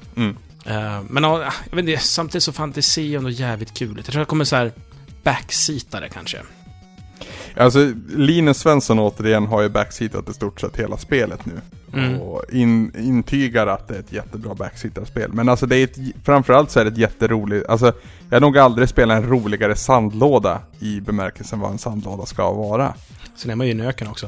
S1: Men jag vet inte, samtidigt så fantiserar jag ändå jävligt kul. Jag tror jag kommer så här backseatare kanske.
S2: Alltså Linus Svensson återigen har ju backseatat i stort sett hela spelet nu. Och intygar att det är ett jättebra backseatarspel. Men alltså det är framförallt så är det ett jätteroligt. Alltså jag har nog aldrig spelat en roligare sandlåda i bemärkelsen vad en sandlåda ska vara.
S1: Sen är man ju nöken också.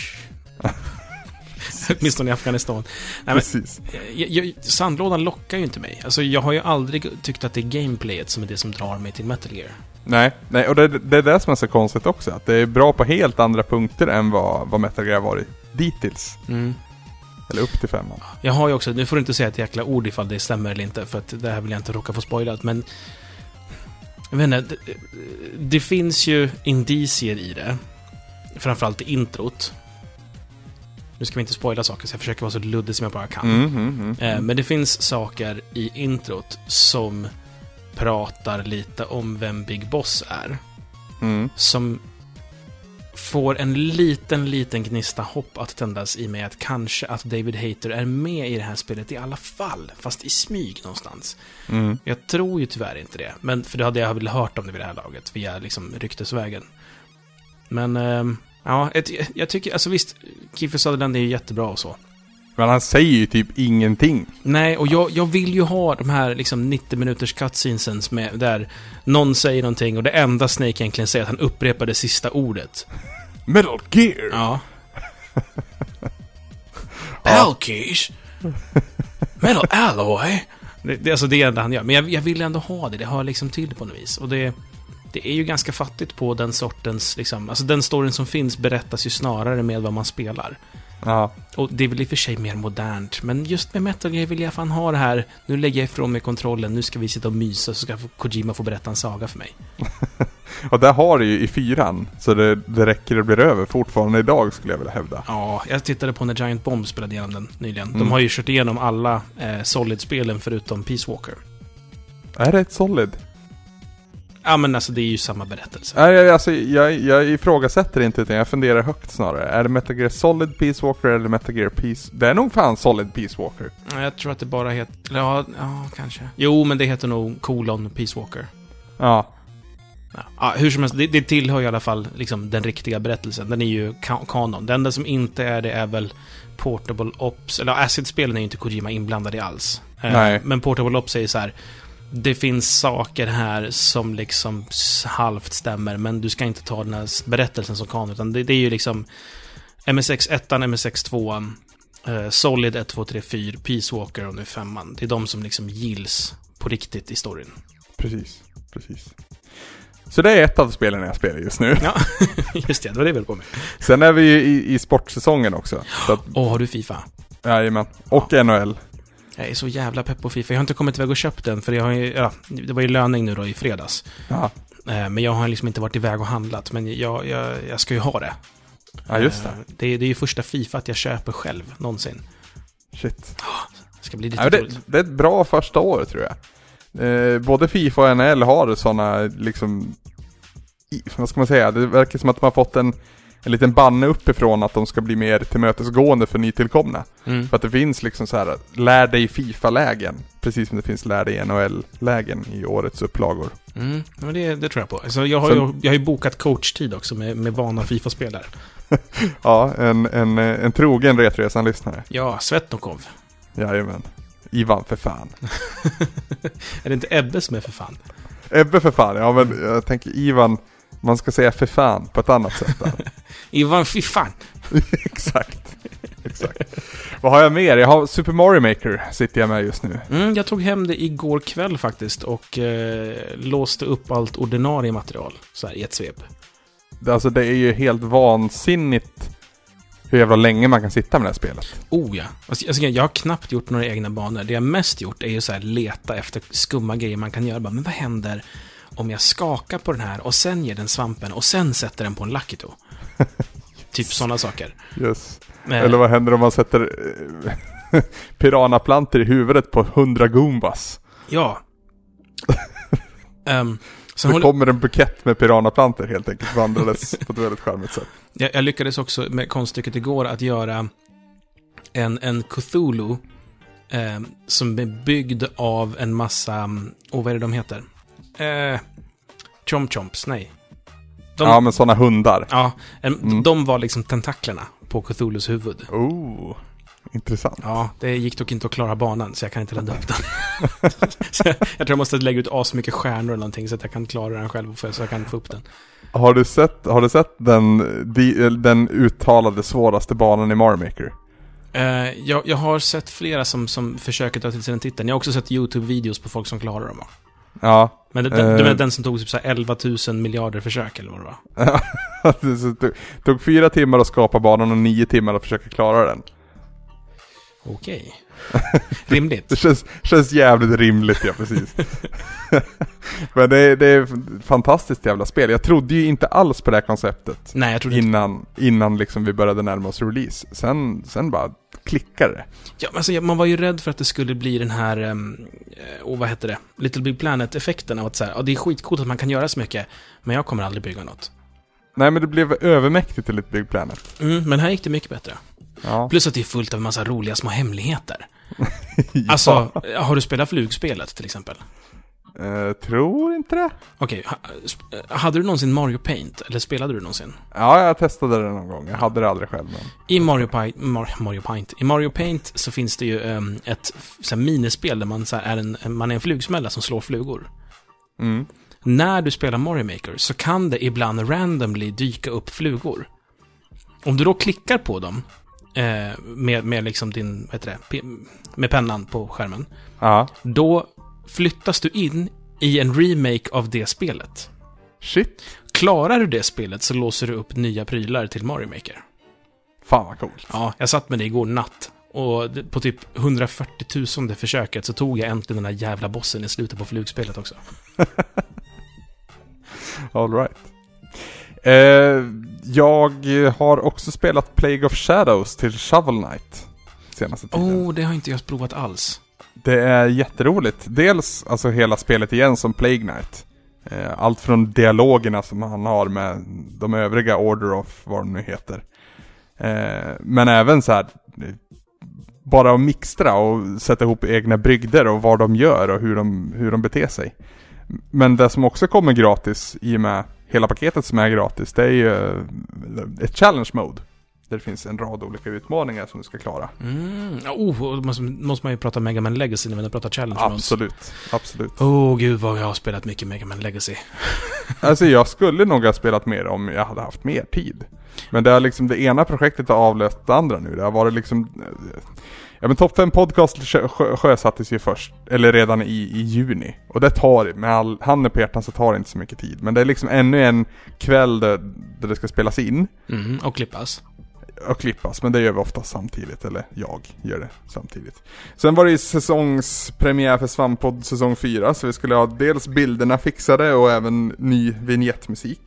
S1: Åtminstone i Afghanistan. Nej,
S2: precis.
S1: Sandlådan lockar ju inte mig. Alltså jag har ju aldrig tyckt att det är gameplayet som är det som drar mig till Metal Gear. Nej,
S2: och det är det som är så konstigt också. Att det är bra på helt andra punkter än vad Metal Gear har varit dittills. Eller upp till 5.
S1: Jag har ju också, nu får du inte säga ett jäkla ord ifall det stämmer eller inte, för att det här vill jag inte råka få spoilat, men jag vet inte, det finns ju indicier i det, framförallt i introt. Nu ska vi inte spoila saker, så jag försöker vara så luddig som jag bara kan. Men det finns saker i introt som pratar lite om vem Big Boss är. Som får en liten gnista hopp att tändas i mig att kanske att David Hayter är med i det här spelet i alla fall, fast i smyg någonstans. Jag tror ju tyvärr inte det, men för det hade jag väl hört om det vid det här laget via liksom ryktesvägen. Men ja, jag tycker, alltså visst, Kiefer Sutherland är ju jättebra och så.
S2: Men han säger ju typ ingenting.
S1: Nej, och jag vill ju ha de här liksom 90 minuters cutscenes med där någon säger någonting och det enda Snake egentligen säger att han upprepar det sista ordet.
S2: Metal Gear!
S1: Ja. Alkish! Metal Alloy! Det är alltså det enda han gör. Men jag vill ändå ha det. Det hör liksom till på något vis. Och det är ju ganska fattigt på den sortens liksom, alltså den storyn som finns berättas ju snarare med vad man spelar.
S2: Ja.
S1: Och det är väl i och för sig mer modernt, men just med Metal Gear vill jag fan ha det här. Nu lägger jag ifrån mig kontrollen, nu ska vi sitta och mysa, så ska Kojima få berätta en saga för mig.
S2: Och där har det ju i 4, så det räcker att bli över fortfarande idag, skulle jag vilja hävda.
S1: Ja, jag tittade på när Giant Bomb spelade igenom den nyligen. De har ju kört igenom alla Solid-spelen förutom Peace Walker.
S2: Är det ett Solid?
S1: Ja, men alltså det är ju samma berättelse.
S2: Jag ifrågasätter inte, utan jag funderar högt snarare. Är det Metal Gear Solid Peace Walker eller Metal Gear Peace? Det är nog fan Solid Peace Walker.
S1: Jag tror att det bara heter... Ja, kanske. Jo, men det heter nog Peace Walker.
S2: Ja.
S1: Ja, hur som helst, det tillhör i alla fall liksom den riktiga berättelsen. Den är ju kanon. Det enda som inte är det är väl Portable Ops. Eller Acid-spelen är ju inte Kojima inblandad i alls.
S2: Nej.
S1: Men Portable Ops säger så här: det finns saker här som liksom halvt stämmer, men du ska inte ta den här berättelsen som kanon, utan det är ju liksom MSX1, MSX2, Solid 1, 2, 3, 4, Peace Walker och nu 5. Det är de som liksom gills på riktigt i storyn.
S2: Precis. Så det är ett av spelen jag spelar just nu.
S1: Ja, just det var det väl på mig.
S2: Sen är vi ju i sportsäsongen också.
S1: Har du FIFA?
S2: Jajamän, och NHL.
S1: Jag är så jävla pepp på FIFA. Jag har inte kommit iväg och köpt den, för jag har ju, det var ju löning nu då i fredags.
S2: Ja.
S1: Men jag har liksom inte varit iväg och handlat. Men jag ska ju ha det.
S2: Ja, just det.
S1: Det är ju första FIFA att jag köper själv någonsin.
S2: Shit.
S1: Det ska bli lite roligt.
S2: Det är ett bra första år, tror jag. Både FIFA och NHL har sådana liksom, vad ska man säga, det verkar som att man har fått en liten banne uppifrån att de ska bli mer tillmötesgående för nytillkomna. För att det finns liksom så här, lär dig FIFA-lägen, precis som det finns lär dig NHL-lägen i årets upplagor.
S1: Men det tror jag på. Alltså, jag har ju bokat coachtid också med vana FIFA-spelare.
S2: Ja, en trogen Retresan-lyssnare.
S1: Ja, Svetnokov.
S2: Jajamän. Ivan för fan.
S1: Är det inte Ebbe som är för fan?
S2: Ebbe för fan, ja, men jag tänker Ivan, man ska säga för fan på ett annat sätt där.
S1: Ivan för fan.
S2: Exakt. Vad har jag mer? Jag har Super Mario Maker sitter jag med just nu.
S1: Jag tog hem det igår kväll faktiskt och låste upp allt ordinarie material så här i ett svep.
S2: Alltså det är ju helt vansinnigt hur jävla länge man kan sitta med det här spelet.
S1: Oh ja. Alltså, jag har knappt gjort några egna banor. Det jag mest gjort är ju så här leta efter skumma grejer man kan göra. Men vad händer om jag skakar på den här och sen ger den svampen och sen sätter den på en Lakitu? Typ sådana saker.
S2: Yes. Eller vad händer om man sätter piranaplantor i huvudet på 100 Goombas?
S1: Ja.
S2: Så kommer en bukett med piranaplantor helt enkelt vandrades på ett väldigt charmigt sätt.
S1: Jag lyckades också med konststycket igår att göra en Cthulhu som är byggd av en massa, vad är det de heter? Chomp-chomps, nej.
S2: Ja, men sådana hundar.
S1: Ja, de var liksom tentaklerna på Cthulhus huvud.
S2: Oh, intressant.
S1: Ja, det gick dock inte att klara banan, så jag kan inte ladda upp den. Så jag tror jag måste lägga ut asmycket stjärnor eller någonting så att jag kan klara den själv så jag kan få upp den.
S2: Har du sett den uttalade svåraste banan i Mario Maker?
S1: Jag har sett flera som försöker ta till sig den titeln. Jag har också sett YouTube-videos på folk som klarar dem.
S2: Ja.
S1: Men den som tog typ så här 11 000 miljarder försök eller vad det var.
S2: Det tog 4 timmar att skapa banan och 9 timmar att försöka klara den.
S1: Okej. Rimligt.
S2: Det känns jävligt rimligt, ja, precis. Men det är fantastiskt jävla spel. Jag trodde ju inte alls på det här konceptet.
S1: Nej, jag trodde
S2: innan liksom vi började närma oss release. Sen bara klickade det.
S1: Ja, alltså, man var ju rädd för att det skulle bli den här vad heter det? Little Big Planet-effekten av att så här, det är skitcoolt att man kan göra så mycket, men jag kommer aldrig bygga något.
S2: Nej, men det blev övermäktigt till Little Big Planet.
S1: Men här gick det mycket bättre.
S2: Ja.
S1: Plus att det är fullt av en massa roliga små hemligheter.
S2: Ja.
S1: Alltså, har du spelat flugspelet till exempel?
S2: Tror inte det.
S1: Okej, hade du någonsin Mario Paint? Eller spelade du någonsin?
S2: Ja, jag testade det någon gång. Jag hade det aldrig själv. Men...
S1: I Mario Paint så finns det ju ett så här, minispel där man, så här, man är en flugsmälla som slår flugor. När du spelar Mario Maker så kan det ibland randomly dyka upp flugor. Om du då klickar på dem med liksom din, med pennan på skärmen, då flyttas du in i en remake av det spelet.
S2: Shit.
S1: Klarar du det spelet så låser du upp nya prylar till Mario Maker.
S2: Fan vad coolt.
S1: Ja, jag satt med det igår natt. Och på typ 140 000 försöket så tog jag äntligen den här jävla bossen i slutet på flugspelet också.
S2: All right. Jag har också spelat Plague of Shadows till Shovel Knight senaste tiden.
S1: Det har inte jag provat alls.
S2: Det är jätteroligt. Dels alltså hela spelet igen som Plague Knight. Allt från dialogerna som han har med de övriga Order of vad de nu heter. Men även så här bara att mixtra och sätta ihop egna brygder och vad de gör och hur de beter sig. Men det som också kommer gratis i och med hela paketet som är gratis, det är ju ett challenge mode. Där det finns en rad olika utmaningar som du ska klara.
S1: Måste man ju prata Mega Man Legacy när man pratar challenge mode.
S2: Absolut.
S1: Gud vad jag har spelat mycket Mega Man Legacy.
S2: Alltså jag skulle nog ha spelat mer om jag hade haft mer tid. Men det är liksom det ena projektet har avlöst det andra nu. Det har varit liksom... Ja, men Top 5 podcast sjösattes ju först, eller redan i juni. Och det tar, med handen på hjärtan så tar det inte så mycket tid. Men det är liksom ännu en kväll där det ska spelas in.
S1: Och klippas.
S2: att klippas, men det gör vi ofta samtidigt, eller jag gör det samtidigt. Sen var det säsongspremiär för Svamppodd säsong 4, så vi skulle ha dels bilderna fixade och även ny vignettmusik.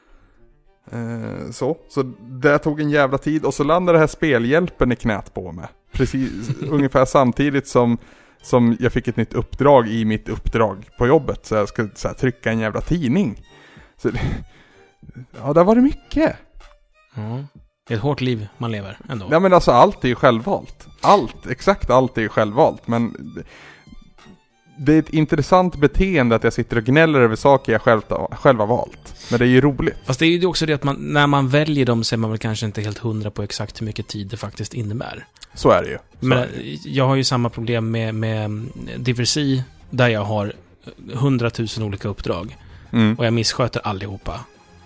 S2: Så det tog en jävla tid, och så landade det här spelhjälpen i knät på mig. Precis ungefär samtidigt som jag fick ett nytt uppdrag i mitt uppdrag på jobbet, så jag skulle så här, trycka en jävla tidning. Så ja, där var det mycket.
S1: Det är ett hårt liv man lever ändå.
S2: Ja, men alltså allt är ju självvalt. Exakt allt är ju självvalt. Men det är ett intressant beteende att jag sitter och gnäller över saker jag själv har valt. Men det är ju roligt.
S1: Fast det är ju också det att när man väljer dem så är man väl kanske inte helt 100 på exakt hur mycket tid det faktiskt innebär.
S2: Så är det ju.
S1: Men jag har ju samma problem med Diversi, där jag har 100 000 olika uppdrag. Och jag missköter allihopa.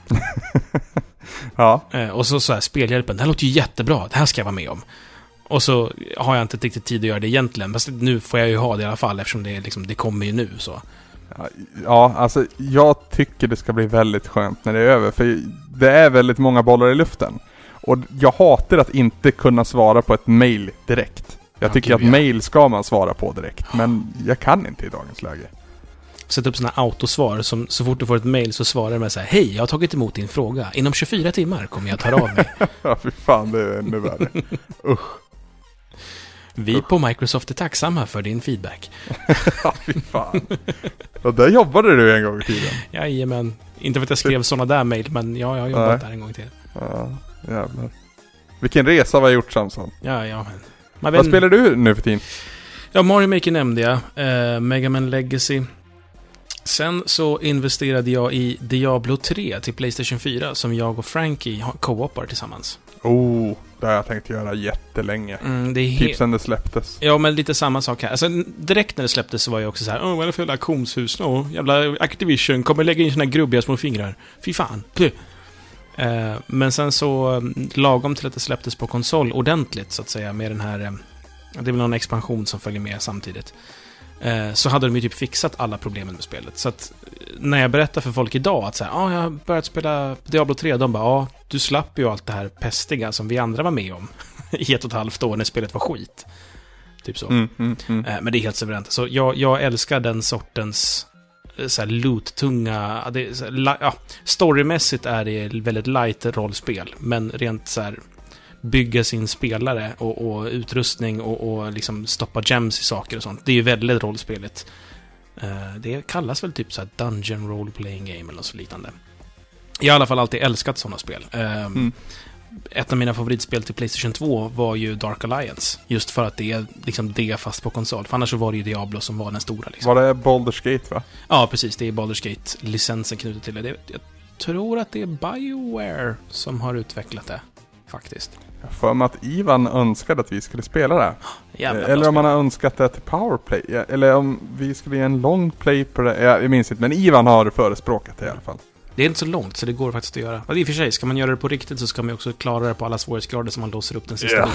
S2: Ja.
S1: Och så här, spelhjälpen, det här låter ju jättebra, det här ska jag vara med om. Och så har jag inte riktigt tid att göra det egentligen. Men nu får jag ju ha det i alla fall, eftersom det kommer ju nu så.
S2: Ja, alltså jag tycker det ska bli väldigt skönt när det är över. För det är väldigt många bollar i luften. Och jag hatar att inte kunna svara på ett mail direkt. Jag tycker att mail ska man svara på direkt. Men jag kan inte i dagens läge.
S1: Sätt upp såna autosvar som så fort du får ett mail så svarar man så här: hej, jag har tagit emot din fråga. Inom 24 timmar kommer jag ta av mig.
S2: Ja, fy fan, det är ännu värre. Usch.
S1: Vi på Microsoft är tacksamma för din feedback.
S2: Ja, fy fan. Och där jobbade du en gång i tiden.
S1: Jajamän. Inte för att jag skrev såna där mail, men jag har jobbat där en gång till.
S2: Ja, jävlar. Vilken resa har jag gjort, Samson?
S1: Ja.
S2: Vad spelar du nu för tiden?
S1: Ja, Mario Maker nämnde jag. Mega Man Legacy. Sen så investerade jag i Diablo 3 till PlayStation 4 som jag och Frankie co-opar tillsammans.
S2: Det har jag tänkt göra jättelänge.
S1: Det är
S2: typ sen det släpptes.
S1: Ja, men lite samma sak här. Alltså, direkt när det släpptes så var jag också så här: vad är det för jävla komshus? Jävla Activision kommer lägga in såna grubbiga små fingrar. Fy fan. Men sen så lagom till att det släpptes på konsol ordentligt så att säga, med den här, det är väl någon expansion som följer med samtidigt, så hade de ju typ fixat alla problemen med spelet. Så att när jag berättar för folk idag att så här, jag har börjat spela Diablo 3, de bara, du slapp ju allt det här pestiga som vi andra var med om i 1,5 år när spelet var skit. Typ så. Men det är helt suveränt. Så jag älskar den sortens så här loot-tunga, storymässigt är det väldigt light rollspel, men rent så här bygga sin spelare och utrustning och liksom stoppa gems i saker och sånt. Det är ju väldigt rollspelet. Det kallas väl typ så här dungeon role-playing game eller något så liknande. Jag har i alla fall alltid älskat sådana spel. Ett av mina favoritspel till PlayStation 2 var ju Dark Alliance. Just för att det är liksom det fast på konsol. För annars så var det ju Diablo som var den stora. Liksom.
S2: Var det Baldur's Gate, va?
S1: Ja, precis. Det är Baldur's Gate-licensen knutet till det. Jag tror att det är BioWare som har utvecklat det, faktiskt.
S2: Jag får mig att Ivan önskade att vi skulle spela det. Eller om man har önskat det till Powerplay. Eller om vi skulle ge en long play på det. Jag minns inte, men Ivan har förespråkat det i alla fall.
S1: Det är inte så långt, så det går faktiskt att göra. I och för sig, ska man göra det på riktigt så ska man också klara det på alla svårighetsgrader som man låser upp den sista biten.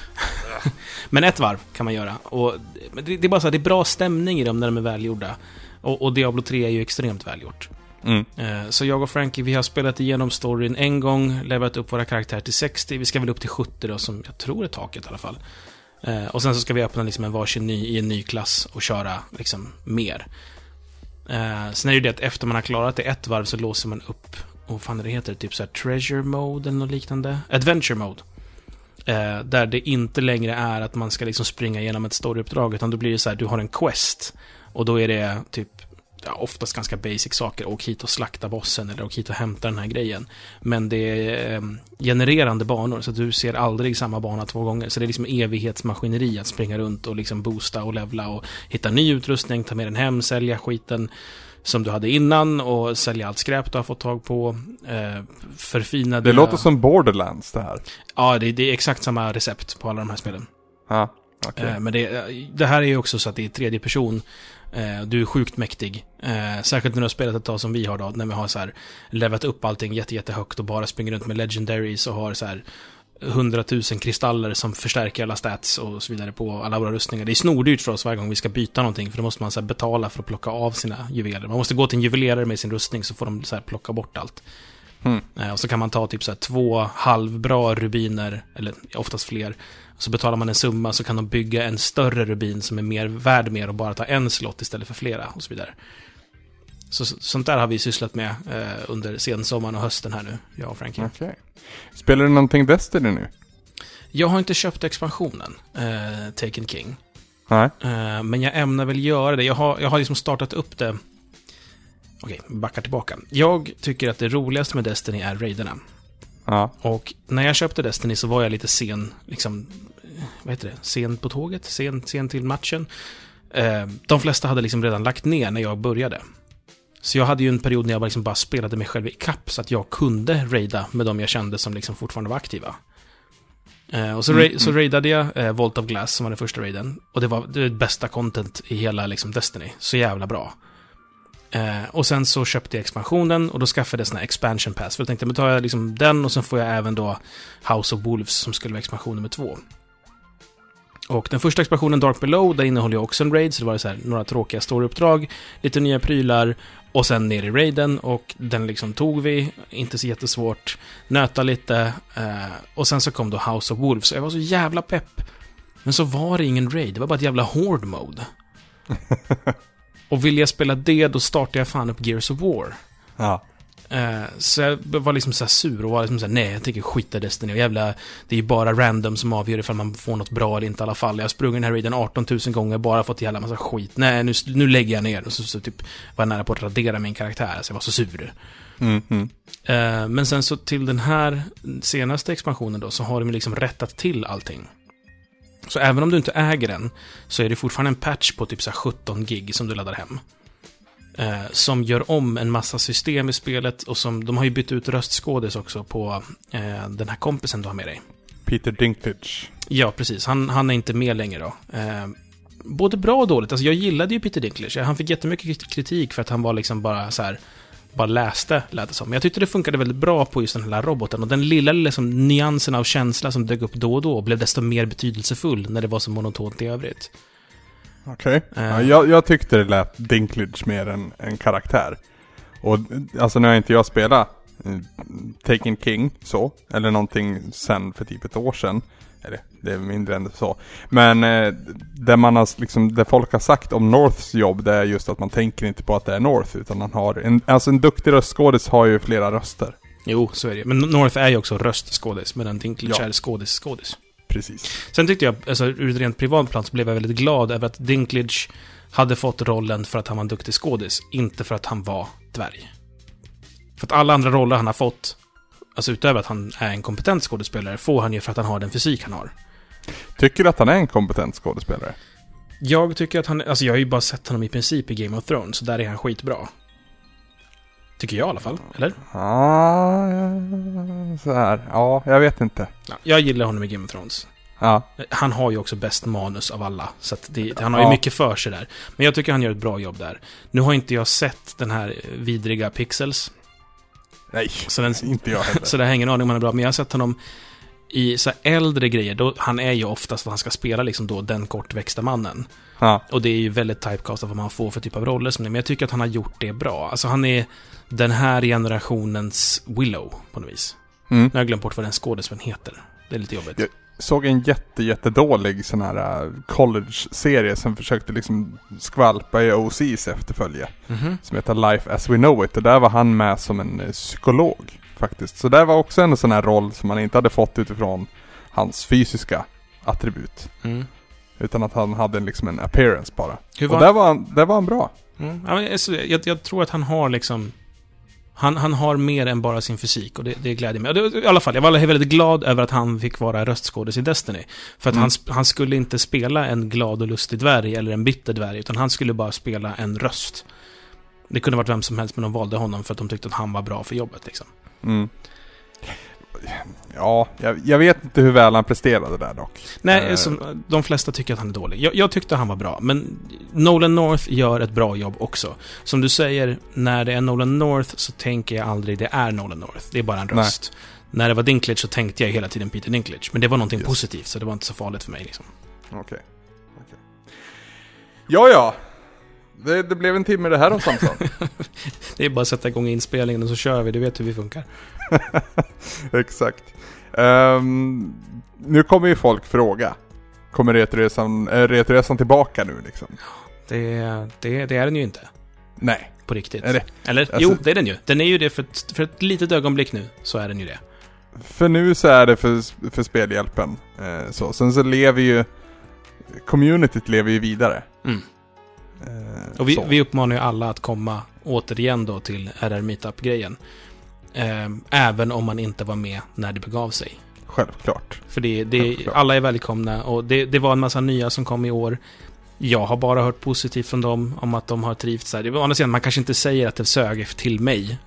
S1: Men ett varv kan man göra. Och det är bara så här, det är bra stämning i dem när de är välgjorda. Och Diablo 3 är ju extremt välgjort. Så jag och Frankie, vi har spelat igenom storyn en gång, levat upp våra karaktärer till 60. Vi ska väl upp till 70 då, som jag tror är taket i alla fall. Och sen så ska vi öppna liksom en varsin i en ny klass och köra liksom mer. Sen är det ju det att efter man har klarat det ett varv så låser man upp, och fan det heter, typ så här treasure mode eller något liknande, adventure mode, där det inte längre är att man ska liksom springa igenom ett storyuppdrag, utan då blir det så här, du har en quest och då är det typ oftast ganska basic saker, åk hit och slakta bossen eller åk hit och hämta den här grejen, men det är genererande banor, så att du ser aldrig samma bana 2 gånger, så det är liksom evighetsmaskineri att springa runt och liksom boosta och levla och hitta ny utrustning, ta med den hem, sälja skiten som du hade innan och sälja allt skräp du har fått tag på, förfina
S2: det låter som Borderlands det här.
S1: Ja, det är exakt samma recept på alla de här spelen.
S2: Ja, okay.
S1: Men det här är ju också så att det är tredje person. Du är sjukt mäktig. Särskilt när du har spelat ett tag som vi har då, när vi har så här levat upp allting jättehögt och bara springer runt med legendaries och har så här 100 000 kristaller som förstärker alla stats och så vidare på alla våra rustningar. Det är snordyrt för oss varje gång vi ska byta någonting, för då måste man så här betala för att plocka av sina juveler. Man måste gå till en juvelerare med sin rustning så får de så här plocka bort allt. Och så kan man ta typ så här 2 halvbra rubiner, eller oftast fler. Så betalar man en summa, så kan de bygga en större rubin som är mer värd mer och bara ta en slott istället för flera och så vidare. Så sånt där har vi sysslat med under sensommaren och hösten här nu, jag och Frankie.
S2: Okay. Spelar du någonting Destiny nu?
S1: Jag har inte köpt expansionen, Taken King.
S2: Nej.
S1: Men jag ämnar väl göra det. Jag har liksom startat upp det. Okej, backar tillbaka. Jag tycker att det roligaste med Destiny är raiderna.
S2: Ja.
S1: Och när jag köpte Destiny så var jag lite sen, liksom, vad heter det? Sen på tåget, sen till matchen. De flesta hade liksom redan lagt ner när jag började. Så jag hade ju en period när jag liksom bara spelade mig själv i kapp så att jag kunde raida med de jag kände som liksom fortfarande var aktiva. Och så raidade jag Vault of Glass som var den första raiden. Och det var det bästa content i hela liksom Destiny. Så jävla bra. Och sen så köpte jag expansionen och då skaffade jag sån här expansion pass. För jag tänkte, men tar jag liksom den och sen får jag även då House of Wolves som skulle vara expansion nummer 2. Och den första expansionen, Dark Below, där innehåller jag också en raid. Så det var så här, några tråkiga storyuppdrag, lite nya prylar och sen ner i raiden. Och den liksom tog vi, inte så jättesvårt, nöta lite. Och sen så kom då House of Wolves. Jag var så jävla pepp. Men så var det ingen raid, det var bara ett jävla horde mode. Och vill jag spela det, då startar jag fan upp Gears of War.
S2: Ja.
S1: Så jag var liksom så här sur och var liksom så här, nej, jag tänker skita Destiny och jävla, det är ju bara random som avgör ifall man får något bra eller inte i alla fall. Jag har sprungit den här raiden 18 000 gånger, bara fått jävla massa skit. Nej, nu lägger jag ner. Och så typ var jag nära på att radera min karaktär, så jag var så sur. Men sen så till den här senaste expansionen då, så har de liksom rättat till allting. Så även om du inte äger den, så är det fortfarande en patch på typ så 17 gig som du laddar hem. Som gör om en massa system i spelet. Och som, de har ju bytt ut röstskådis också på den här kompisen du har med dig.
S2: Peter Dinklage.
S1: Ja, precis. Han är inte med längre då. Både bra och dåligt. Alltså jag gillade ju Peter Dinklage. Han fick jättemycket kritik för att han var liksom bara så här, bara läste, lät det som. Men jag tyckte det funkade väldigt bra på just den här roboten. Och den lilla liksom, nyansen av känsla som dök upp då och då blev desto mer betydelsefull när det var så monotont i övrigt.
S2: Okej. Ja, jag tyckte det lät Dinklage mer än en karaktär. Och alltså när inte jag spelat Taken King så, eller någonting sen för typ ett år sedan, eller det är mindre än så. Men det man har, liksom, det folk har sagt om Norths jobb, det är just att man tänker inte på att det är North, utan man har en duktig röstskådis har ju flera röster.
S1: Jo, så är det. Men North är ju också röstskådis, medan Dinklage är skådis.
S2: Precis.
S1: Sen tyckte jag, alltså ur ett rent privat plan, så blev jag väldigt glad över att Dinklage hade fått rollen för att han var en duktig skådis, inte för att han var dvärg. För att alla andra roller han har fått, alltså utöver att han är en kompetent skådespelare, får han ju för att han har den fysik han har.
S2: Tycker du att han är en kompetent skådespelare? Jag
S1: tycker att han, alltså jag har ju bara sett honom i princip i Game of Thrones, så där är han skitbra. Tycker jag i alla fall, eller?
S2: Ja, så här. Ja, jag vet inte.
S1: Ja, jag gillar honom i Game of Thrones.
S2: Ja.
S1: Han har ju också bäst manus av alla, så att han har ju mycket för sig där. Men jag tycker han gör ett bra jobb där. Nu har inte jag sett den här vidriga Pixels.
S2: Nej,
S1: så
S2: inte jag heller.
S1: Så det har ingen aning om han är bra. Men jag har sett honom i så äldre grejer. Då, han är ju oftast vad han ska spela, liksom då, den kortväxta mannen.
S2: Ja. Och
S1: det är ju väldigt typecastat vad man får för typ av roller som det. Men jag tycker att han har gjort det bra. Alltså han är den här generationens Willow på något vis. Nu har jag glömt bort vad den skådespelaren heter. Det är lite jobbigt.
S2: Jag såg en jättedålig sån här college-serie som försökte liksom skvalpa i OCs efterfölje. Som heter Life as We Know It. Och där var han med som en psykolog faktiskt. Så där var också en sån här roll som man inte hade fått utifrån hans fysiska attribut. Utan att han hade liksom en appearance bara. Och där var han bra.
S1: Jag tror att han har liksom... Han har mer än bara sin fysik, och det gläder mig. I alla fall, jag var väldigt glad över att han fick vara röstskådis i Destiny. För att han skulle inte spela en glad och lustig dvärg eller en bitter dvärg, utan han skulle bara spela en röst. Det kunde varit vem som helst, men de valde honom för att de tyckte att han var bra för jobbet liksom.
S2: Ja, jag vet inte hur väl han presterade där dock.
S1: Nej, de flesta tycker att han är dålig. Jag tyckte han var bra, men Nolan North gör ett bra jobb också. Som du säger, när det är Nolan North så tänker jag aldrig det är Nolan North. Det är bara en röst. Nej. När det var Dinklage så tänkte jag hela tiden Peter Dinklage. Men det var någonting positivt, så det var inte så farligt för mig liksom.
S2: Okej. Ja. Det blev en timme det här om Samson.
S1: Det är bara att sätta igång inspelningen och så kör vi. Du vet hur vi funkar.
S2: Exakt. Nu kommer ju folk fråga. Kommer Retroresan tillbaka nu liksom?
S1: Det är den ju inte.
S2: Nej.
S1: På riktigt.
S2: Eller
S1: alltså, jo, det är den ju. Den är ju det för ett litet ögonblick nu. Så är den ju det.
S2: För nu så är det för Spelhjälpen. Så. Sen så lever ju communityt lever ju vidare.
S1: Och vi uppmanar ju alla att komma återigen då till RR Meetup-grejen. Även om man inte var med när det begav sig.
S2: Självklart.
S1: För alla är välkomna. Och det var en massa nya som kom i år. Jag har bara hört positivt från dem om att de har trivts här. Det var annars, man kanske inte säger att det sög till mig.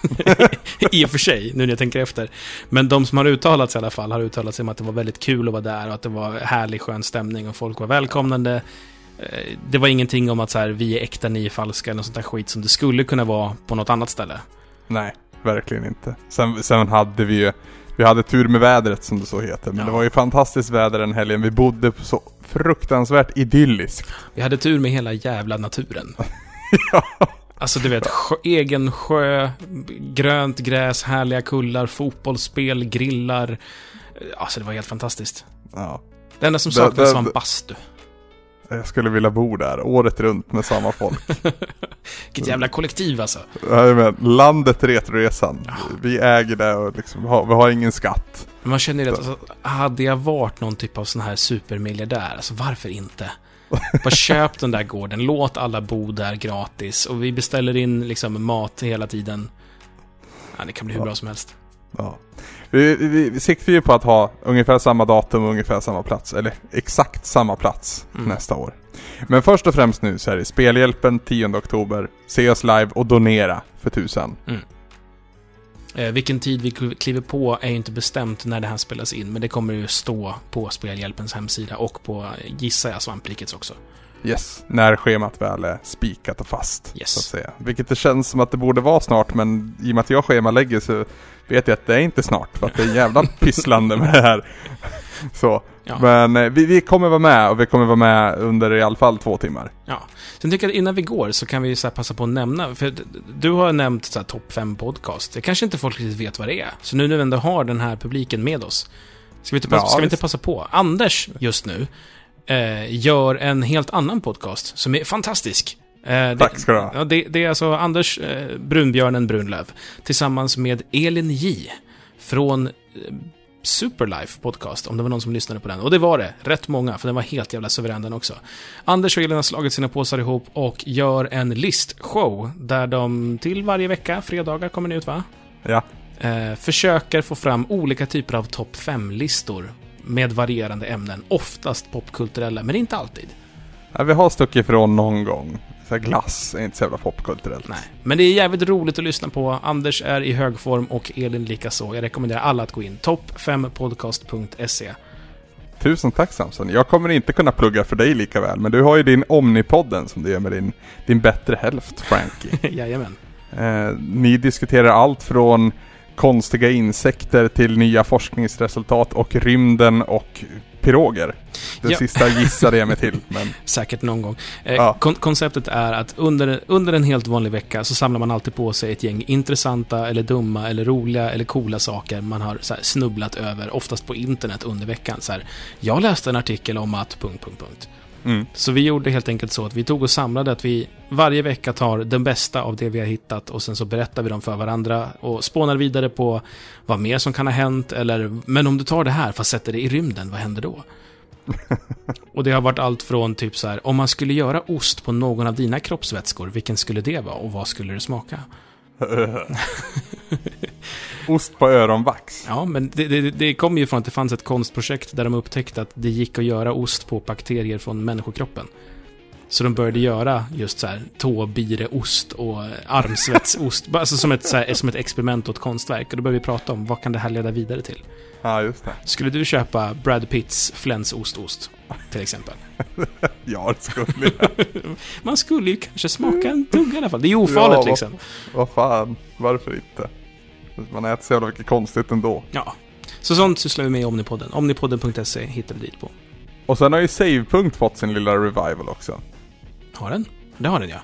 S1: I och för sig, nu när jag tänker efter. Men de som har uttalat sig i alla fall har uttalat sig om att det var väldigt kul att vara där och att det var härlig, skön stämning och folk var välkomnande. Det var ingenting om att så här, vi är äkta, ni är falska eller något sånt där skit som det skulle kunna vara på något annat ställe.
S2: Nej, verkligen inte. Sen hade vi hade tur med vädret som det så heter. Men det var ju fantastiskt väder den helgen. Vi bodde så fruktansvärt idylliskt.
S1: Vi hade tur med hela jävla naturen.
S2: Ja.
S1: Alltså du vet, egen sjö, grönt gräs, härliga kullar, fotbollsspel, grillar. Alltså det var helt fantastiskt.
S2: Ja.
S1: Det enda som saknades var en bastu.
S2: Jag skulle vilja bo där året runt med samma folk.
S1: Vilket jävla kollektiv alltså.
S2: Ja, men landet Retroresan. Ja. Vi äger det och liksom, vi har ingen skatt.
S1: Men man känner ju att alltså, hade jag varit någon typ av sån här supermiljardär, alltså varför inte? Bara köp den där gården, låt alla bo där gratis och vi beställer in liksom mat hela tiden. Ja, det kan bli hur bra som helst.
S2: Ja. Vi siktar ju på att ha ungefär samma datum och ungefär samma plats, eller exakt samma plats nästa år. Men först och främst nu så är det Spelhjälpen 10 oktober, se oss live och donera för 1000.
S1: Vilken tid vi kliver på är ju inte bestämt när det här spelas in, men det kommer ju stå på Spelhjälpens hemsida och på, gissar jag, Svamprikets också.
S2: Yes, när schemat väl är spikat och fast,
S1: yes.
S2: Så att säga. Vilket det känns som att det borde vara snart, men i och med att jag schemalägger så vet jag att det är inte snart, för att det är jävla pysslande med det här. Så. Ja. Men vi kommer vara med, och vi kommer vara med under i alla fall 2 timmar.
S1: Ja. Sen tycker jag att innan vi går så kan vi så här passa på att nämna, för du har nämnt så här topp 5 podcast. Det kanske inte folk riktigt vet vad det är. Så nu när vi ändå har den här publiken med oss, ska vi inte passa på? Anders just nu gör en helt annan podcast som är fantastisk.
S2: Tack ska du ha.
S1: Ja, det är alltså Anders Brunbjörnen Brunlöv tillsammans med Elin J från Superlife podcast, om det var någon som lyssnade på den. Och det var det, rätt många, för den var helt jävla suverän den också. Anders och Elin har slagit sina påsar ihop och gör en listshow där de till varje vecka, fredagar kommer ni ut, va?
S2: Ja.
S1: Försöker få fram olika typer av topp 5-listor med varierande ämnen, oftast popkulturella, men inte alltid.
S2: Ja, vi har stuckit ifrån någon gång. Så här glass är inte så jävla popkulturellt.
S1: Nej, men det är jävligt roligt att lyssna på. Anders är i hög form och Elin likaså. Jag rekommenderar alla att gå in. top5podcast.se.
S2: Tusen tack Samson. Jag kommer inte kunna plugga för dig lika väl, men du har ju din Omnipodden som du gör med din bättre hälft, Frankie.
S1: Jajamän.
S2: Ni diskuterar allt från konstiga insekter till nya forskningsresultat och rymden och piroger. Det sista gissade jag mig till. Men...
S1: Säkert någon gång. Konceptet är att under en helt vanlig vecka så samlar man alltid på sig ett gäng intressanta eller dumma eller roliga eller coola saker man har så här snubblat över, oftast på internet under veckan. Så här, jag läste en artikel om att... Så vi gjorde helt enkelt så att vi tog och samlade att vi varje vecka tar den bästa av det vi har hittat och sen så berättar vi dem för varandra och spånar vidare på vad mer som kan ha hänt, eller men om du tar det här fast sätter det i rymden, vad händer då? Och det har varit allt från typ så här, om man skulle göra ost på någon av dina kroppsvätskor, vilken skulle det vara och vad skulle det smaka?
S2: Ost på öronvax.
S1: Ja, men det kom ju från att det fanns ett konstprojekt där de upptäckte att det gick att göra ost på bakterier från människokroppen. Så de började göra just så här tåbireost och armsvetsost, alltså som ett experiment åt konstverk. Och då började vi prata om vad kan det här leda vidare till.
S2: Ja, just det.
S1: Skulle du köpa Brad Pitts flänsost till exempel?
S2: Ja, det skulle jag.
S1: Man skulle ju kanske smaka en tugga i alla fall. Det är ju ofarligt liksom.
S2: Vad fan, varför inte? Man äter så jävla mycket konstigt ändå.
S1: Ja, så sånt sysslar vi med i Omnipodden. Omnipodden.se hittar vi dit på.
S2: Och sen har ju Savepunkt fått sin lilla revival också.
S1: Har den? Det har den, ja.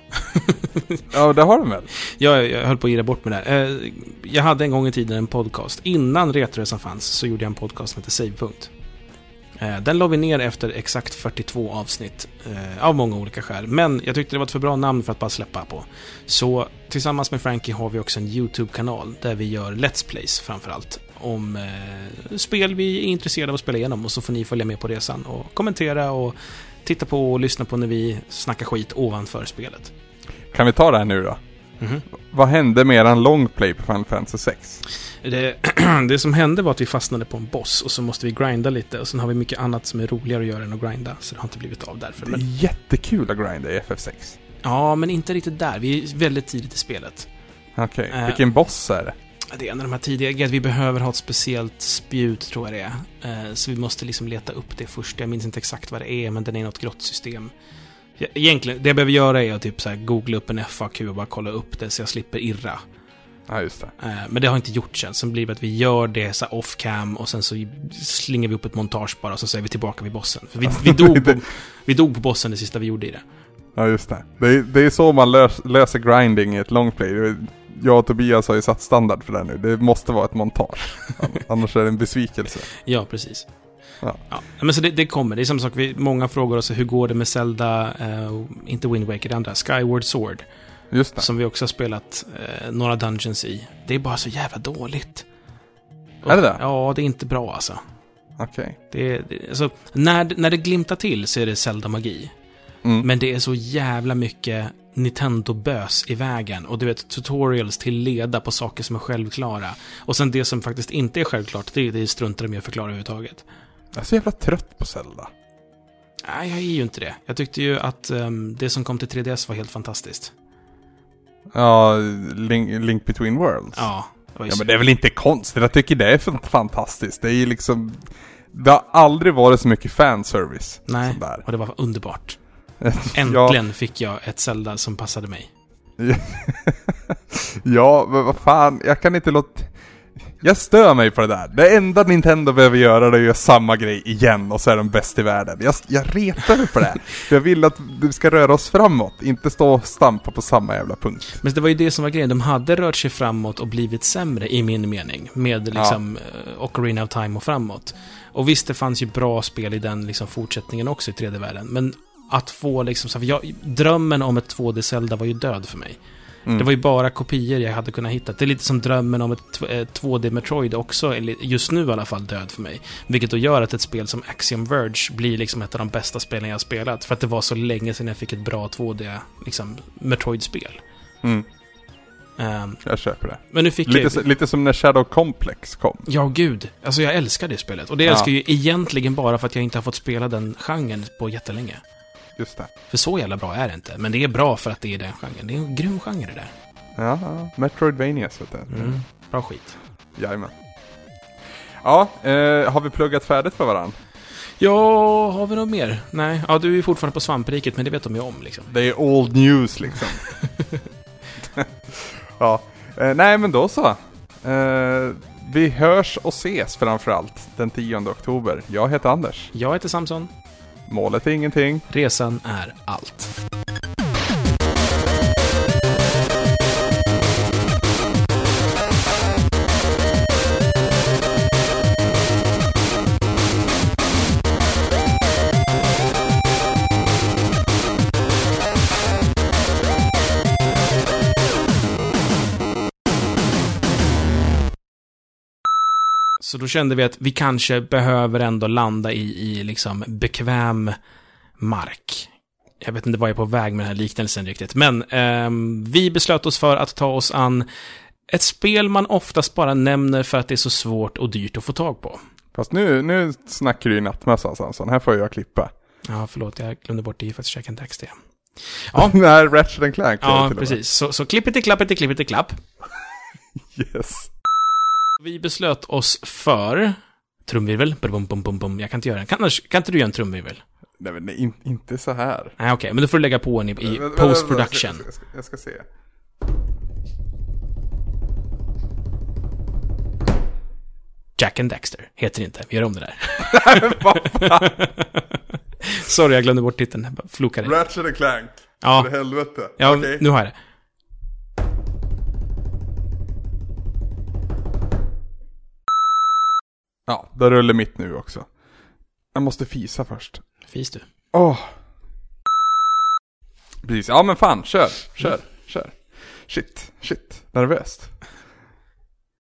S2: Ja, det har de väl?
S1: Jag höll på att gira bort med det här. Jag hade en gång i tiden en podcast. Innan Retroresan fanns så gjorde jag en podcast som heter Savepunkt. Den la vi ner efter exakt 42 avsnitt av många olika skäl. Men jag tyckte det var ett för bra namn för att bara släppa på. Så tillsammans med Frankie har vi också en YouTube-kanal där vi gör Let's Plays framförallt. Om spel vi är intresserade av att spela igenom. Och så får ni följa med på resan och kommentera och titta på och lyssna på när vi snackar skit ovanför spelet.
S2: Kan vi ta det här nu då? Mm-hmm. Vad hände med en long play på Final Fantasy 6?
S1: Det som hände var att vi fastnade på en boss och så måste vi grinda lite och sen har vi mycket annat som är roligare att göra än att grinda, så det har inte blivit av därför.
S2: Det är jättekul att grinda i FF6.
S1: Ja, men inte riktigt där. Vi är väldigt tidigt i spelet.
S2: Okej. Vilken boss är det?
S1: Det är en av de här tidiga. Vi behöver ha ett speciellt spjut, tror jag det är. Så vi måste liksom leta upp det först. Jag minns inte exakt vad det är, men den är något grottsystem. Egentligen, det jag behöver göra är att typ så här googla upp en FAQ och bara kolla upp det så jag slipper irra.
S2: Ja, just det.
S1: Men det har inte gjort än. Sen blir det att vi gör det så off-cam och sen så slingar vi upp ett montage bara och så är vi tillbaka vid bossen. För vi dog på bossen det sista vi gjorde i det.
S2: Ja, just det. Det är så man löser grinding i ett longplay. Jag och Tobias har ju satt standard för det nu. Det måste vara ett montage. Annars är det en besvikelse.
S1: Ja, precis. Ja. Men så det kommer. Det är samma sak. Många frågar oss hur går det med Zelda, inte Wind Waker, det andra, Skyward Sword.
S2: Just det.
S1: Som vi också har spelat några dungeons i. Det är bara så jävla dåligt.
S2: Är det det?
S1: Ja, det är inte bra alltså.
S2: Okej.
S1: Alltså, när det glimtar till så är det Zelda-magi. Mm. Men det är så jävla mycket Nintendo-bös i vägen. Och du vet, tutorials till leda på saker som är självklara. Och sen det som faktiskt inte är självklart, det struntar de i att förklara överhuvudtaget.
S2: Jag är så jävla trött på Zelda.
S1: Nej, jag är ju inte det. Jag tyckte ju att det som kom till 3DS var helt fantastiskt.
S2: Ja, Link Between Worlds.
S1: Ja,
S2: men det är väl inte konstigt. Jag tycker det är fantastiskt. Det är ju liksom... Det har aldrig varit så mycket fanservice.
S1: Nej, och det var underbart. Äntligen fick jag ett Zelda som passade mig.
S2: Ja, men vad fan. Jag kan inte låta... Jag stör mig på det där. Det enda Nintendo behöver göra är att göra samma grej igen och så är de bäst i världen. Jag retar mig på det. För jag vill att vi ska röra oss framåt, inte stå och stampa på samma jävla punkt.
S1: Men det var ju det som var grejen. De hade rört sig framåt och blivit sämre i min mening. Med liksom Ocarina of Time och framåt. Och visst, det fanns ju bra spel i den liksom fortsättningen också i 3D-världen. Men att få liksom... drömmen om ett 2D-Zelda var ju död för mig. Mm. Det var ju bara kopior jag hade kunnat hitta. Det är lite som drömmen om ett 2D Metroid också, eller just nu i alla fall, död för mig. Vilket då gör att ett spel som Axiom Verge blir liksom ett av de bästa spelen jag har spelat. För att det var så länge sedan jag fick ett bra 2D liksom, Metroid-spel.
S2: Mm. Jag köper det.
S1: Men nu fick
S2: lite som när Shadow Complex kom.
S1: Ja, gud. Alltså jag älskar det spelet. Och det älskar ju egentligen bara för att jag inte har fått spela den genren på jättelänge.
S2: Just det.
S1: För så jävla bra är det inte. Men det är bra för att det är den genren. Det är en grym genre det där.
S2: Ja, Metroidvania så det.
S1: Bra skit.
S2: Jajamän. Ja, har vi pluggat färdigt för varann?
S1: Ja, har vi något mer? Nej, ja, du är fortfarande på svampriket, men det vet de ju om liksom.
S2: Det är old news liksom. Ja, nej men då så. Vi hörs och ses framförallt den 10 oktober. Jag heter Anders.
S1: Jag heter Samson.
S2: Målet är ingenting.
S1: Resan är allt. Så då kände vi att vi kanske behöver ändå landa i liksom bekväm mark. Jag vet inte vad jag är på väg med den här liknelsen riktigt. Men vi beslöt oss för att ta oss an ett spel man oftast bara nämner för att det är så svårt och dyrt att få tag på.
S2: Fast nu snackar du i nattmössan, Samson. Här får jag klippa.
S1: Ja, förlåt. Jag glömde bort det för att Jack and Daxter.
S2: Ja, det här Ratchet & Clank.
S1: Ja, precis. Så klippet klapp.
S2: Yes.
S1: Vi beslöt oss för trumvirvel. Bum. Jag kan inte göra den. Kan inte du göra en trumvirvel?
S2: Nej, men inte så här.
S1: Nej, okej. Men då får du lägga på en i post-production.
S2: Jag ska se.
S1: Jack and Daxter heter det inte. Vi gör om det där. Sorry, jag glömde bort titeln. Jag bara flokade.
S2: Ratchet & Clank.
S1: Ja.
S2: För helvete.
S1: Ja,
S2: okay.
S1: Nu har jag det.
S2: Ja, där rullar mitt nu också. Jag måste fisa först.
S1: Fis du.
S2: Precis, ja men fan, kör. Shit, nervöst.